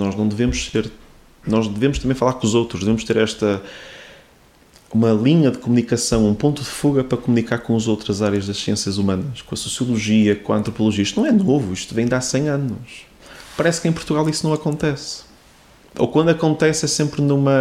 nós devemos também falar com os outros, devemos ter uma linha de comunicação, um ponto de fuga para comunicar com as outras áreas das ciências humanas, com a sociologia, com a antropologia. Isto não é novo, isto vem de há 100 anos. Parece que em Portugal isso não acontece. Ou quando acontece é sempre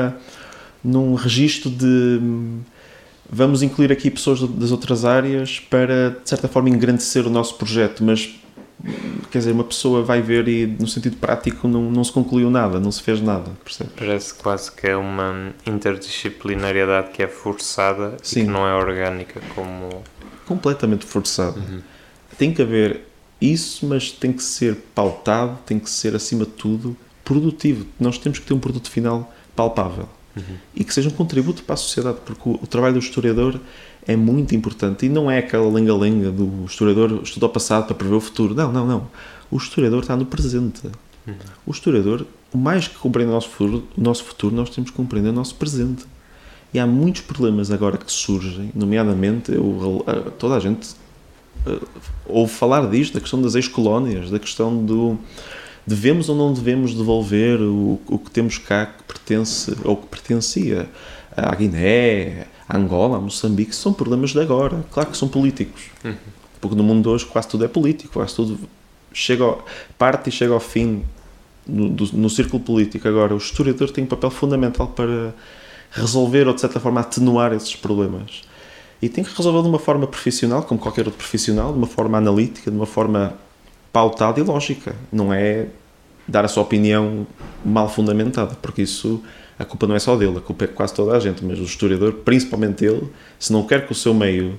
num registro de vamos incluir aqui pessoas das outras áreas para, de certa forma, engrandecer o nosso projeto, mas, quer dizer, uma pessoa vai ver e, no sentido prático, não se concluiu nada, não se fez nada, percebe? Parece quase que é uma interdisciplinariedade que é forçada. Sim. E que não é orgânica como... Completamente forçada. Tem que haver isso, mas tem que ser pautado, tem que ser, acima de tudo, produtivo. Nós temos que ter um produto final palpável. E que seja um contributo para a sociedade, porque o trabalho do historiador é muito importante e não é aquela lenga-lenga do historiador estuda o passado para prever o futuro. Não. O historiador está no presente. O historiador, o mais que compreende o nosso futuro, nós temos que compreender o nosso presente. E há muitos problemas agora que surgem, nomeadamente, toda a gente ouve falar disto, da questão das ex-colónias, da questão do devemos ou não devemos devolver o que temos cá que pertence ou que pertencia à Guiné, à Angola, a Moçambique. São problemas de agora. Claro que são políticos. Porque no mundo de hoje quase tudo é político. Quase tudo parte e chega ao fim no círculo político. Agora, o historiador tem um papel fundamental para resolver ou, de certa forma, atenuar esses problemas. E tem que resolver de uma forma profissional, como qualquer outro profissional, de uma forma analítica, de uma forma pautada e lógica. Não é dar a sua opinião mal fundamentada, porque isso, a culpa não é só dele, a culpa é de quase toda a gente, mas o historiador, principalmente ele, se não quer que o seu meio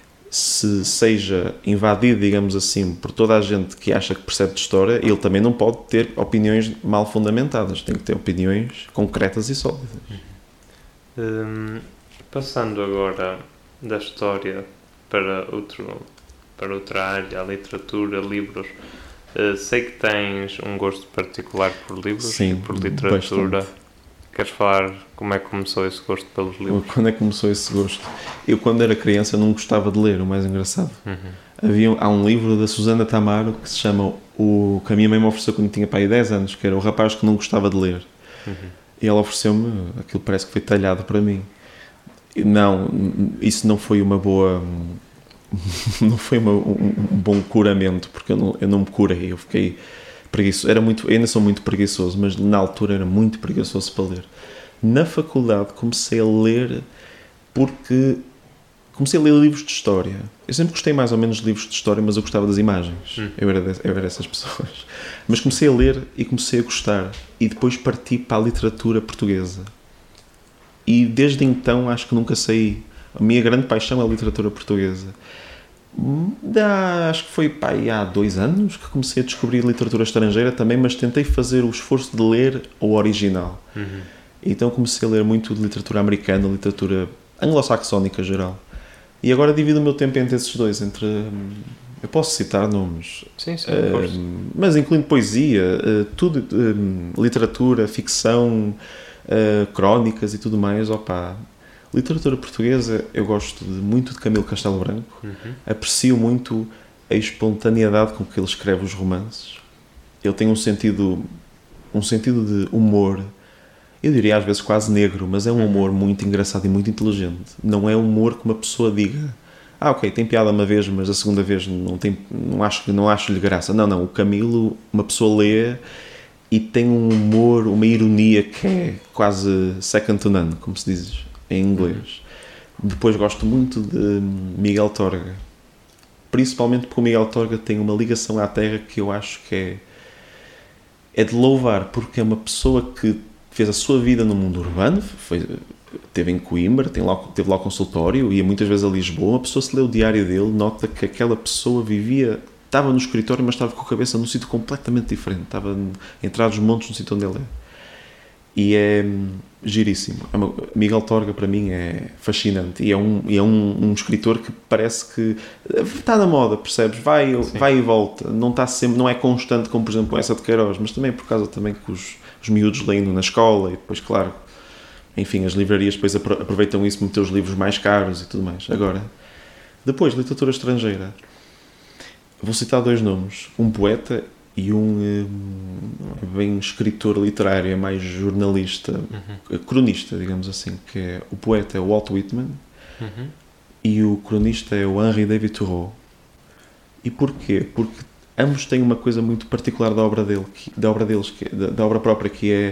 seja invadido, digamos assim, por toda a gente que acha que percebe de história, ele também não pode ter opiniões mal fundamentadas, tem que ter opiniões concretas e sólidas. Passando agora da história para outra área, a literatura, livros. Sei que tens um gosto particular por livros. Sim, e por literatura. Bastante. Queres falar como é que começou esse gosto pelos livros? Quando é que começou esse gosto? Eu, quando era criança, não gostava de ler, o mais engraçado. Há um livro da Susana Tamaro que se chama O que a minha mãe me ofereceu quando tinha pai 10 anos, que era o rapaz que não gostava de ler. E ela ofereceu-me, aquilo parece que foi talhado para mim. Não, isso não foi uma boa... não foi um bom curamento, porque eu não me curei, eu fiquei preguiçoso, eu ainda sou muito preguiçoso, mas na altura era muito preguiçoso para ler. Na faculdade comecei a ler porque comecei a ler livros de história. Eu sempre gostei mais ou menos de livros de história, mas eu gostava das imagens. Eu era essas pessoas. Mas comecei a ler e comecei a gostar, e depois parti para a literatura portuguesa. E desde então acho que nunca saí. A minha grande paixão é a literatura portuguesa. Acho que foi há 2 anos que comecei a descobrir literatura estrangeira também, mas tentei fazer o esforço de ler o original. Então comecei a ler muito de literatura americana, literatura anglo-saxónica geral. E agora divido o meu tempo entre esses dois, entre... Eu posso citar nomes, Sim, mas incluindo poesia, tudo, literatura, ficção, crónicas e tudo mais. Literatura portuguesa, eu gosto muito de Camilo Castelo Branco, aprecio muito a espontaneidade com que ele escreve os romances. Ele tem um sentido de humor, eu diria às vezes quase negro, mas é um humor muito engraçado e muito inteligente. Não é humor que uma pessoa diga, ok, tem piada uma vez, mas a segunda vez não acho-lhe graça. Não, o Camilo, uma pessoa lê e tem um humor, uma ironia que é quase second to none, como se diz em inglês. Depois gosto muito de Miguel Torga, principalmente porque o Miguel Torga tem uma ligação à terra que eu acho que é de louvar, porque é uma pessoa que fez a sua vida no mundo urbano, esteve em Coimbra, teve lá o consultório, ia muitas vezes a Lisboa. Uma pessoa, se lê o diário dele, nota que aquela pessoa estava no escritório, mas estava com a cabeça num sítio completamente diferente, estava entre os montes no sítio onde ele é. E é giríssimo. Miguel Torga para mim é fascinante e é um escritor que parece que está na moda, percebes? Vai e volta, não está sempre, não é constante como por exemplo essa de Queiroz, mas também por causa também que os miúdos leem na escola e depois, claro, enfim, as livrarias depois aproveitam isso para meter os livros mais caros e tudo mais. Agora, depois, literatura estrangeira, vou citar 2 nomes, um poeta e um bem escritor literário, é mais jornalista, cronista, digamos assim, que é o poeta é o Walt Whitman e o cronista é o Henri David Thoreau. E porquê? Porque ambos têm uma coisa muito particular da obra própria, que é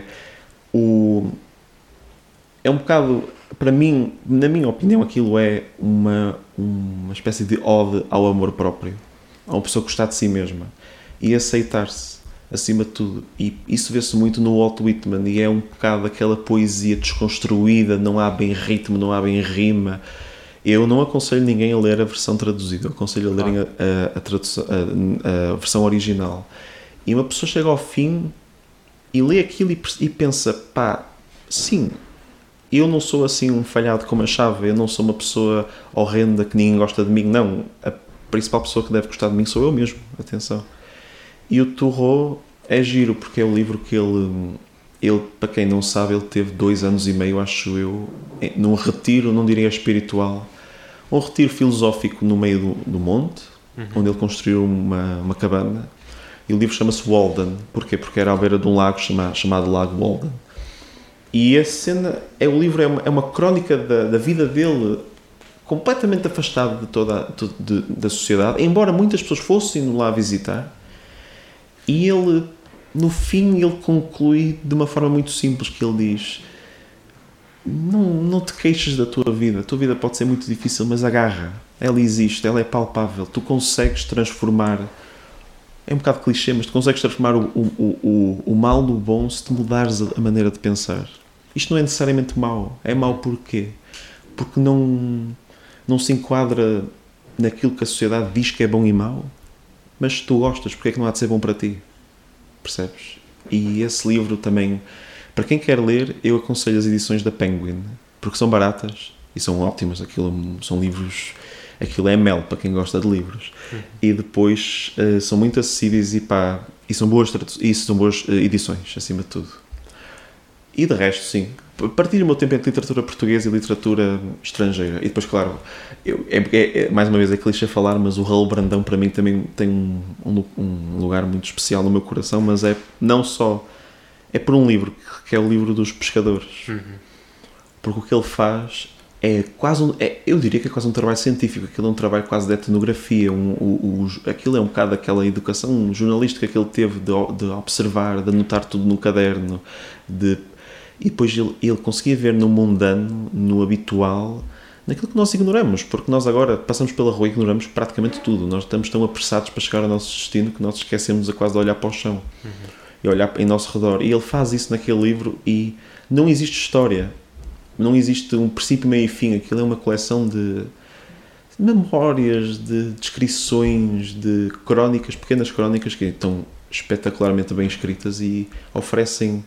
é um bocado, para mim, na minha opinião, aquilo é uma espécie de ode ao amor próprio, a uma pessoa gostar de si mesma e aceitar-se acima de tudo. E isso vê-se muito no Walt Whitman e é um bocado aquela poesia desconstruída, não há bem ritmo, não há bem rima. Eu não aconselho ninguém a ler a versão traduzida, eu aconselho a lerem a versão original. E uma pessoa chega ao fim e lê aquilo e pensa, sim, eu não sou assim um falhado como achava, eu não sou uma pessoa horrenda que ninguém gosta de mim, não. A principal pessoa que deve gostar de mim sou eu mesmo, atenção. E o Thoreau é giro, porque é o livro que ele, para quem não sabe, ele teve 2 anos e meio, acho eu, num retiro, não diria espiritual, um retiro filosófico no meio do monte, onde ele construiu uma cabana, e o livro chama-se Walden. Porquê? Porque era à beira de um lago chamado Lago Walden. E a cena, o livro é uma crónica da vida dele, completamente afastado de toda da sociedade, embora muitas pessoas fossem lá visitar. E ele, no fim, ele conclui de uma forma muito simples, que ele diz: não te queixes da tua vida, a tua vida pode ser muito difícil, mas agarra, ela existe, ela é palpável, tu consegues transformar, é um bocado clichê, mas tu consegues transformar o mal no bom se te mudares a maneira de pensar. Isto não é necessariamente mau, é mau porquê? Porque não se enquadra naquilo que a sociedade diz que é bom e mau, mas se tu gostas, porque é que não há de ser bom para ti? Percebes? E esse livro também, para quem quer ler, eu aconselho as edições da Penguin, porque são baratas e são ótimas. São livros, aquilo é mel para quem gosta de livros. E depois são muito acessíveis e são boas edições, acima de tudo. E de resto, sim, partilho o meu tempo entre literatura portuguesa e literatura estrangeira. E depois, claro, mais uma vez é clichê falar, mas o Raul Brandão para mim também tem um lugar muito especial no meu coração, mas não só é por um livro, que é o livro dos pescadores. Porque o que ele faz é quase eu diria que é quase um trabalho científico. Aquilo é um trabalho quase de etnografia. Aquilo é um bocado aquela educação jornalística que ele teve de observar, de anotar tudo no caderno, e depois ele conseguia ver no mundano, no habitual, naquilo que nós ignoramos, porque nós agora passamos pela rua e ignoramos praticamente tudo. Nós estamos tão apressados para chegar ao nosso destino que nós esquecemos quase de olhar para o chão e olhar em nosso redor. E ele faz isso naquele livro e não existe história, não existe um princípio, meio e fim. Aquilo é uma coleção de memórias, de descrições, de crónicas, pequenas crónicas que estão espetacularmente bem escritas e oferecem-me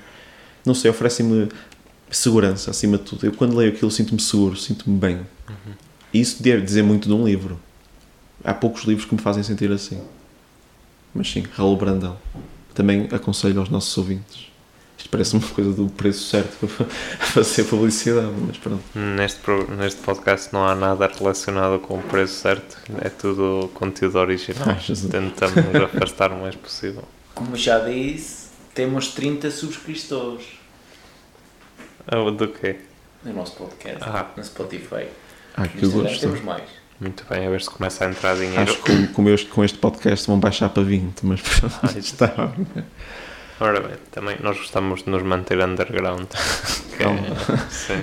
segurança acima de tudo. Eu quando leio aquilo sinto-me seguro, sinto-me bem. E isso deve dizer muito de um livro. Há poucos livros que me fazem sentir assim. Mas sim, Raul Brandão. Também aconselho aos nossos ouvintes. Isto parece uma coisa do preço certo para fazer publicidade, mas pronto. Neste podcast não há nada relacionado com o preço certo, é tudo conteúdo original. Tentamos nos afastar o mais possível. Como já disse, temos 30 subscritores. Do quê? No nosso podcast, no Spotify. Que eu gosto. Temos mais. Muito bem, a ver se começa a entrar dinheiro. Acho que com este podcast vão baixar para 20, mas pronto, está. Ora bem, também nós gostamos de nos manter underground. Sim.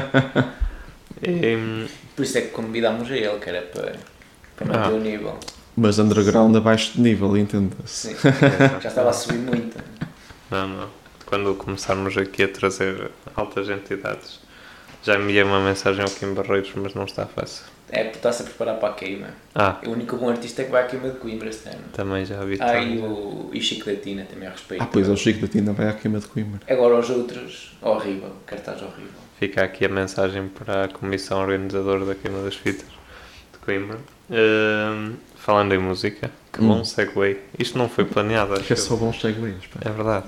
Por isso é que convidámos a ele, que era para manter o nível. Mas underground abaixo de nível, entenda-se. Sim, já estava a subir muito. Não. Quando começarmos aqui a trazer altas entidades, já enviei uma mensagem ao Kim Barreiros, mas não está fácil. É porque está-se a preparar para a queima. O único bom artista é que vai à queima de Coimbra este ano. Também já vi. E o Chico da Tina também a respeito. Pois o Chico da Tina vai à queima de Coimbra. Agora os outros, horrível, cartaz horrível. Fica aqui a mensagem para a comissão organizadora da queima das fitas de Coimbra. Falando em música, que bom segue. Isto não foi planeado. Acho que é só bons segues. É verdade.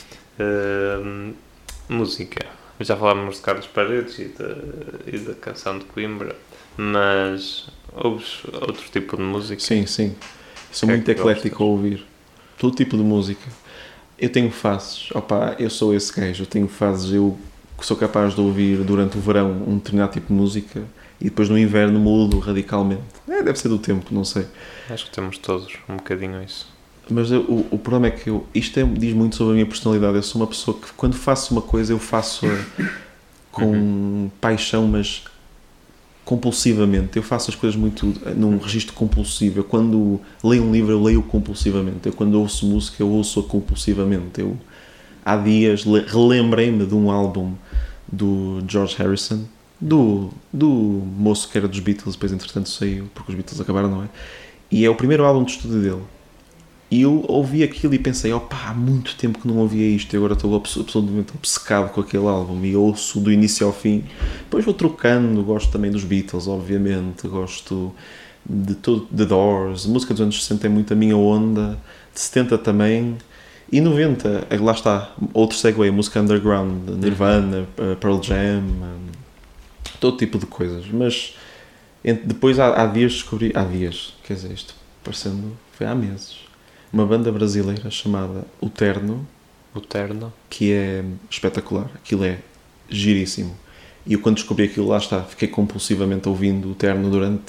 Música. Já falámos de Carlos Paredes e da canção de Coimbra, mas ouves outro tipo de música? Sim. Sou muito eclético a ouvir todo tipo de música. Eu tenho fases. Eu sou esse gajo. Eu tenho fases. Eu sou capaz de ouvir durante o verão um determinado tipo de música e depois no inverno mudo radicalmente. Deve ser do tempo, não sei. Acho que temos todos um bocadinho isso. Mas o problema é que isto diz muito sobre a minha personalidade. Eu sou uma pessoa que quando faço uma coisa eu faço com paixão, mas compulsivamente. Eu faço as coisas muito num registro compulsivo. Eu quando leio um livro eu leio compulsivamente. Eu quando ouço música eu ouço-a compulsivamente. Há dias relembrei-me de um álbum do George Harrison, do moço que era dos Beatles, depois entretanto saiu, porque os Beatles acabaram, não é? E é o primeiro álbum de estúdio dele. E eu ouvi aquilo e pensei, há muito tempo que não ouvia isto e agora estou absolutamente obcecado com aquele álbum e ouço do início ao fim. Depois vou trocando, gosto também dos Beatles, obviamente, gosto de todo, The Doors, a música dos anos 60 é muito a minha onda, de 70 também, e 90, lá está, outro segue, a música underground, Nirvana, Pearl Jam, todo tipo de coisas, mas depois há dias descobri, isto parecendo, foi há meses, uma banda brasileira chamada O Terno, que é espetacular, aquilo é giríssimo. E eu quando descobri aquilo, lá está, fiquei compulsivamente ouvindo O Terno durante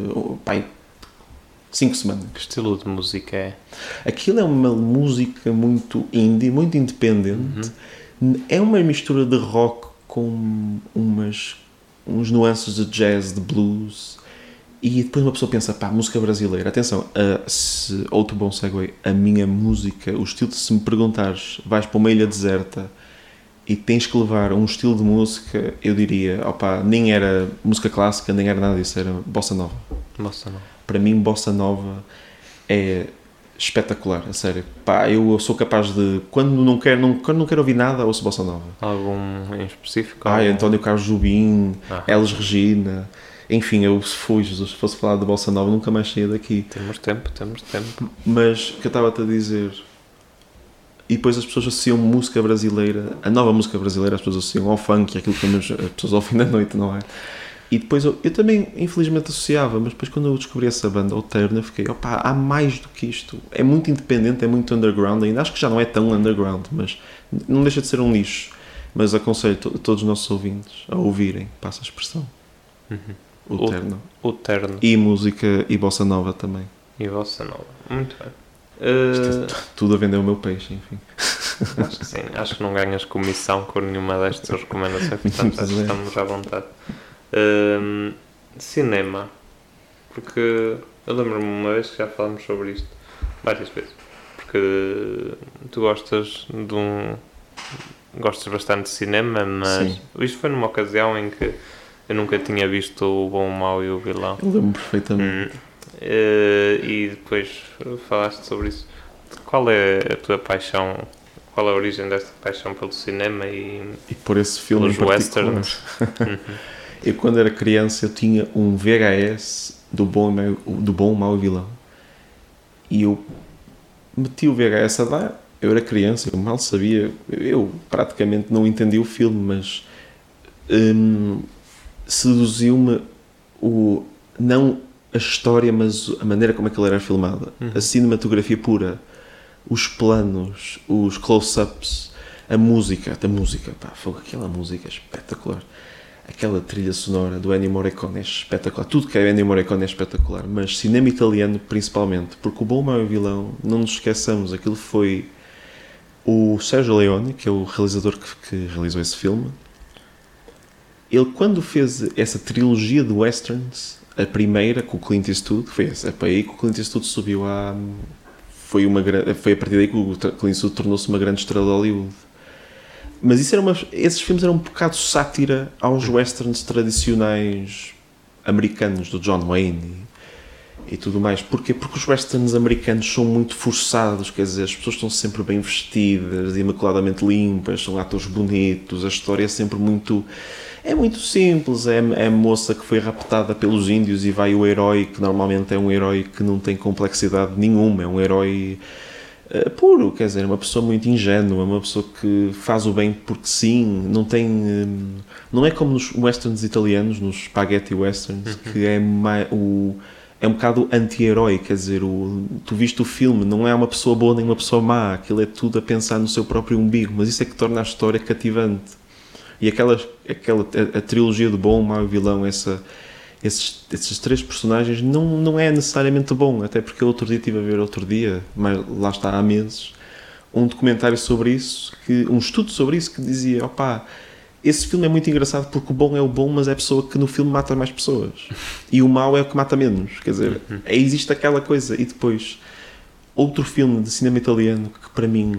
5 semanas. Que estilo de música é? Aquilo é uma música muito indie, muito independente. É uma mistura de rock com uns nuances de jazz, de blues. E depois uma pessoa pensa, música brasileira. Atenção, outro bom segue, a minha música, o estilo, se me perguntares, vais para uma ilha deserta e tens que levar um estilo de música, eu diria, nem era música clássica, nem era nada disso, era bossa nova. Para mim, bossa nova é espetacular, a sério. Eu sou capaz de, quando não quero ouvir nada, ouço bossa nova. Algum em específico? António Carlos Jobim, Elis Regina... Enfim, se fosse falar de bossa nova, nunca mais saía daqui. Temos tempo. Mas, o que eu estava-te a dizer... E depois as pessoas associam música brasileira, a nova música brasileira, as pessoas associam ao funk, aquilo que as pessoas ao fim da noite, não é? E depois eu também, infelizmente, associava, mas depois quando eu descobri essa banda, O Terno, eu fiquei, há mais do que isto. É muito independente, é muito underground ainda. Acho que já não é tão underground, mas não deixa de ser um nicho. Mas aconselho todos os nossos ouvintes a ouvirem, passa a expressão. O Terno. E música e bossa nova também. E bossa nova. Muito bem. Tudo a vender o meu peixe, enfim. Acho que sim. Acho que não ganhas comissão com nenhuma destas recomendações, portanto estamos à vontade. Cinema. Porque eu lembro-me uma vez que já falámos sobre isto várias vezes. Porque tu gostas bastante de cinema, mas isto foi numa ocasião em que Eu nunca tinha visto o Bom, o Mau e o Vilão. Eu lembro perfeitamente. E depois falaste sobre isso. Qual é a tua paixão? Qual é a origem desta paixão pelo cinema e por esse filme pelos westerns? Eu, quando era criança, eu tinha um VHS do Bom, o Mau e o Vilão. E eu meti o VHS a dar. Eu era criança, eu mal sabia. Eu praticamente não entendi o filme, mas seduziu-me não a história, mas a maneira como aquilo era filmada. A cinematografia pura, os planos, os close-ups, a música, aquela música é espetacular. Aquela trilha sonora do Ennio Morricone é espetacular. Tudo que é Ennio Morricone é espetacular, mas cinema italiano principalmente, porque o Bom, o Mau e o Vilão, não nos esqueçamos, aquilo foi o Sergio Leone, que é o realizador que realizou esse filme. Ele, quando fez essa trilogia de westerns, a primeira com o Clint Eastwood, foi aí que o Clint Eastwood subiu a... Foi a partir daí que o Clint Eastwood tornou-se uma grande estrela de Hollywood. Mas esses filmes eram um bocado sátira aos westerns tradicionais americanos, do John Wayne e tudo mais. Porquê? Porque os westerns americanos são muito forçados, quer dizer, as pessoas estão sempre bem vestidas, imaculadamente limpas, são atores bonitos, a história é sempre muito... É muito simples, é a moça que foi raptada pelos índios e vai o herói, que normalmente é um herói que não tem complexidade nenhuma, é um herói puro, quer dizer, uma pessoa muito ingênua, uma pessoa que faz o bem porque sim, não é como nos westerns italianos, nos spaghetti westerns, que é um bocado anti-herói, quer dizer, tu viste o filme, não é uma pessoa boa nem uma pessoa má, aquilo é tudo a pensar no seu próprio umbigo, mas isso é que torna a história cativante. E a trilogia do Bom, o Mau e o Vilão, esses três personagens não é necessariamente bom, até porque outro dia estive a ver mas lá está há meses, um documentário sobre isso, um estudo sobre isso que dizia, esse filme é muito engraçado porque o bom é o bom, mas é a pessoa que no filme mata mais pessoas. E o mau é o que mata menos. Quer dizer, existe aquela coisa. E depois, outro filme de cinema italiano que para mim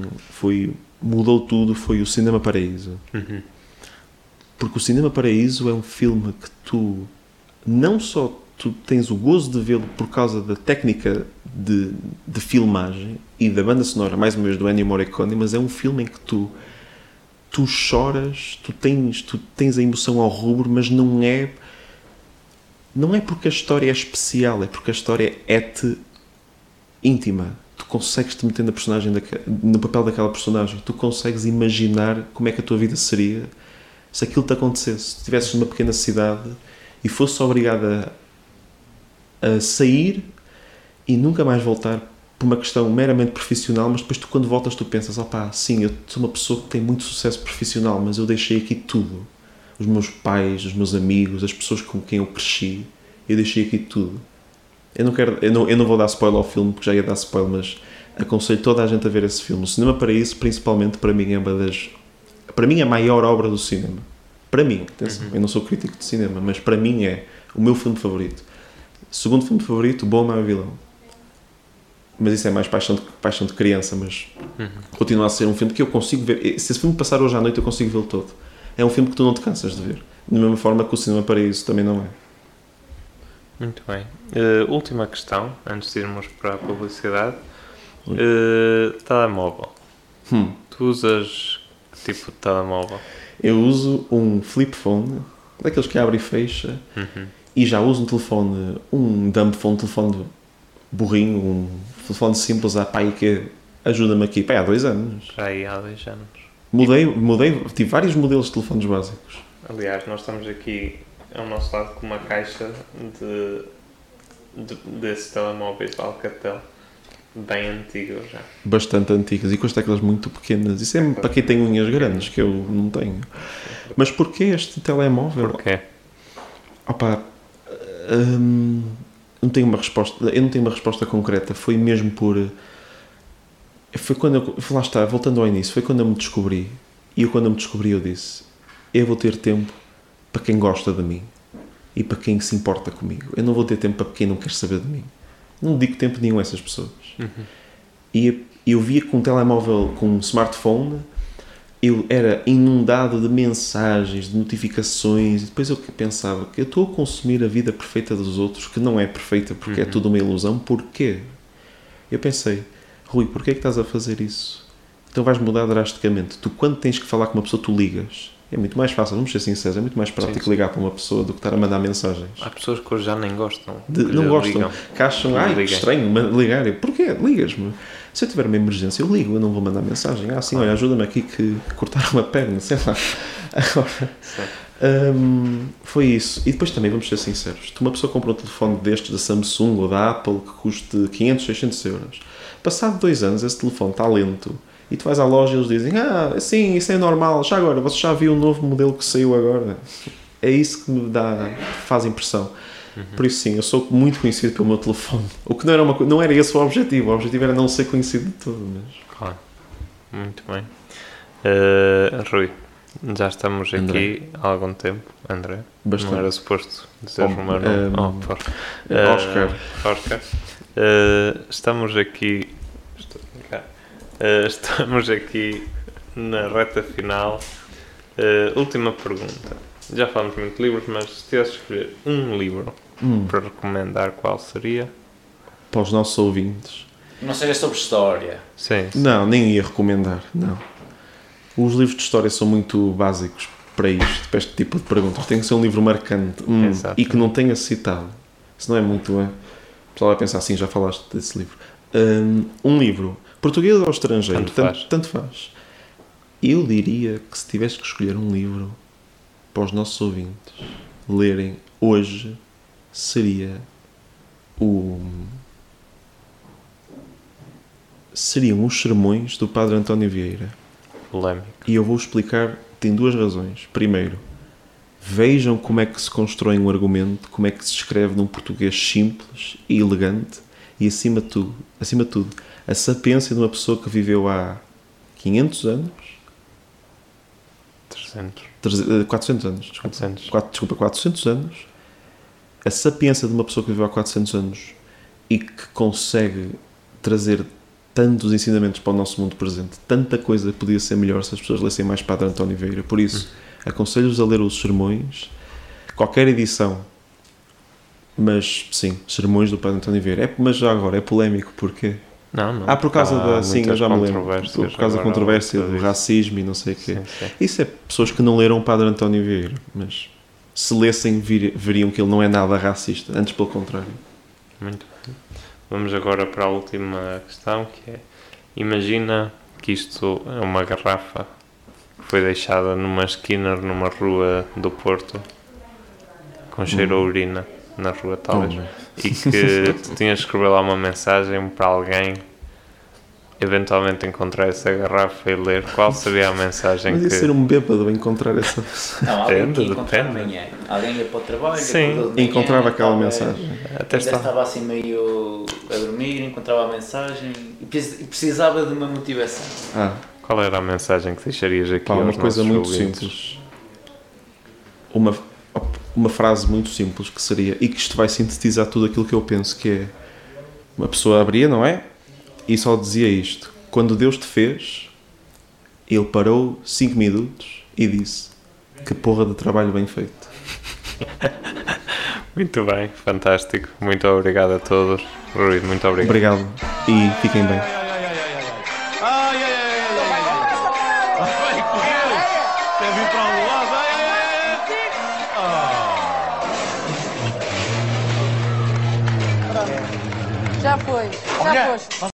mudou tudo foi o Cinema Paraíso. Porque o Cinema Paraíso é um filme que tu não só tu tens o gozo de vê-lo por causa da técnica de filmagem e da banda sonora, mais uma vez do Ennio Morricone, mas é um filme em que tu choras, tu tens a emoção ao rubro, mas não é porque a história é especial, é porque a história é-te íntima. Tu consegues te meter no papel daquela personagem, tu consegues imaginar como é que a tua vida seria se aquilo te acontecesse, se estivesses numa pequena cidade e fosse obrigada a sair e nunca mais voltar por uma questão meramente profissional, mas depois tu quando voltas tu pensas, sim, eu sou uma pessoa que tem muito sucesso profissional, mas eu deixei aqui tudo. Os meus pais, os meus amigos, as pessoas com quem eu cresci, eu deixei aqui tudo. Eu não vou dar spoiler ao filme, porque já ia dar spoiler, mas aconselho toda a gente a ver esse filme. O Cinema Paraíso, principalmente, para mim é a maior obra do cinema. Para mim, atenção, eu não sou crítico de cinema, mas para mim é o meu filme favorito. Segundo filme favorito, Bom, Mau e Vilão. Mas isso é mais paixão de criança, mas continua a ser um filme que eu consigo ver. Se esse filme passar hoje à noite, eu consigo vê-lo todo. É um filme que tu não te cansas de ver. Da mesma forma que o Cinema Paraíso também não é. Muito bem. Última questão, antes de irmos para a publicidade. Telemóvel. Tu usas que tipo de telemóvel? Eu uso um flip phone, daqueles que abre e fecha, e já uso um dumb phone, telefone burrinho, um telefone simples, que ajuda-me aqui, há 2 anos. Há 2 anos. Mudei, tive vários modelos de telefones básicos. Aliás, nós estamos aqui ao nosso lado com uma caixa desses telemóveis da Alcatel, bem antigos já. Bastante antigas e com as teclas muito pequenas. Isso é para quem tem unhas grandes, que eu não tenho. Mas porquê este telemóvel? Porquê? Não tenho uma resposta concreta. Foi mesmo foi quando lá está, voltando ao início, foi quando eu me descobri. E quando eu me descobri eu disse, eu vou ter tempo para quem gosta de mim e para quem se importa comigo. Eu não vou ter tempo para quem não quer saber de mim. Não dedico tempo nenhum a essas pessoas. E eu via com um telemóvel, com um smartphone, eu era inundado de mensagens, de notificações, e depois eu pensava que eu estou a consumir a vida perfeita dos outros, que não é perfeita porque é tudo uma ilusão. Porquê? Eu pensei, Rui, porquê é que estás a fazer isso? Então vais mudar drasticamente. Tu, quando tens que falar com uma pessoa, tu ligas. É muito mais fácil, vamos ser sinceros, é muito mais prático ligar para uma pessoa do que estar a mandar mensagens. Há pessoas que hoje já nem gostam. Não gostam, que acham, que estranho ligar. Porquê? Ligas-me. Se eu tiver uma emergência, eu ligo, eu não vou mandar mensagem. Sim, olha, ajuda-me aqui que cortaram uma perna, sei lá. Agora, foi isso. E depois também, vamos ser sinceros, uma pessoa compra um telefone destes da Samsung ou da Apple que custe 500, 600 euros. Passado 2 anos, esse telefone está lento. E tu vais à loja e eles dizem, sim, isso é normal. Já agora, você já viu o novo modelo que saiu agora? É isso que me faz impressão. Por isso sim, eu sou muito conhecido pelo meu telefone. O que não era esse o objetivo. O objetivo era não ser conhecido de tudo. Mas... Claro. Muito bem. Rui, já estamos aqui há algum tempo. André. Bastante. Não era suposto dizer o meu nome. Oscar. Estamos aqui... Estamos aqui na reta final. Última pergunta. Já falamos muito de livros, mas se tivesse de escolher um livro para recomendar, qual seria? Para os nossos ouvintes. Não seja sobre história. Sim. Não, nem ia recomendar. Não. Os livros de história são muito básicos para isto, para este tipo de perguntas. Tem que ser um livro marcante e que não tenha citado. Senão é muito... O pessoal vai pensar assim, já falaste desse livro. Um livro... Português ou estrangeiro, tanto faz. Eu diria que se tivesse que escolher um livro para os nossos ouvintes lerem hoje, seriam os sermões do Padre António Vieira. Polémico. E eu vou explicar, tem 2 razões. Primeiro, vejam como é que se constrói um argumento, como é que se escreve num português simples e elegante e, acima de tudo, a sapiência de uma pessoa que viveu há 500 anos... 400 anos. Desculpa, 400 anos. A sapiência de uma pessoa que viveu há 400 anos e que consegue trazer tantos ensinamentos para o nosso mundo presente. Tanta coisa podia ser melhor se as pessoas lessem mais Padre António Vieira. Por isso, aconselho-vos a ler os sermões, qualquer edição. Mas, sim, sermões do Padre António Vieira. Mas já agora, é polémico, porquê? Não. Por causa eu já me lembro. Por causa da controvérsia, do racismo e não sei o quê. Sim. Isso é pessoas que não leram o Padre António Vieira, mas se lessem veriam que ele não é nada racista, antes pelo contrário. Muito bem. Vamos agora para a última questão, que é: imagina que isto é uma garrafa que foi deixada numa esquina, numa rua do Porto, com cheiro a urina, na rua talvez, e que tu tinhas de escrever lá uma mensagem para alguém eventualmente encontrar essa garrafa e ler. Qual seria a mensagem? Mas ia ser um bêbado encontrar essa pessoa. Não, alguém que encontrava amanhã. Alguém ia para o trabalho, encontrava aquela mensagem. Até estava assim meio a dormir, encontrava a mensagem e precisava de uma motivação. Qual era a mensagem que deixarias aqui? Uma coisa muito simples. Uma frase muito simples que seria, e que isto vai sintetizar tudo aquilo que eu penso, que é: uma pessoa abria, não é? E só dizia isto: quando Deus te fez, Ele parou 5 minutos e disse: que porra de trabalho bem feito. Muito bem, fantástico. Muito obrigado a todos. Rui, muito obrigado. Obrigado e fiquem bem. Já foi.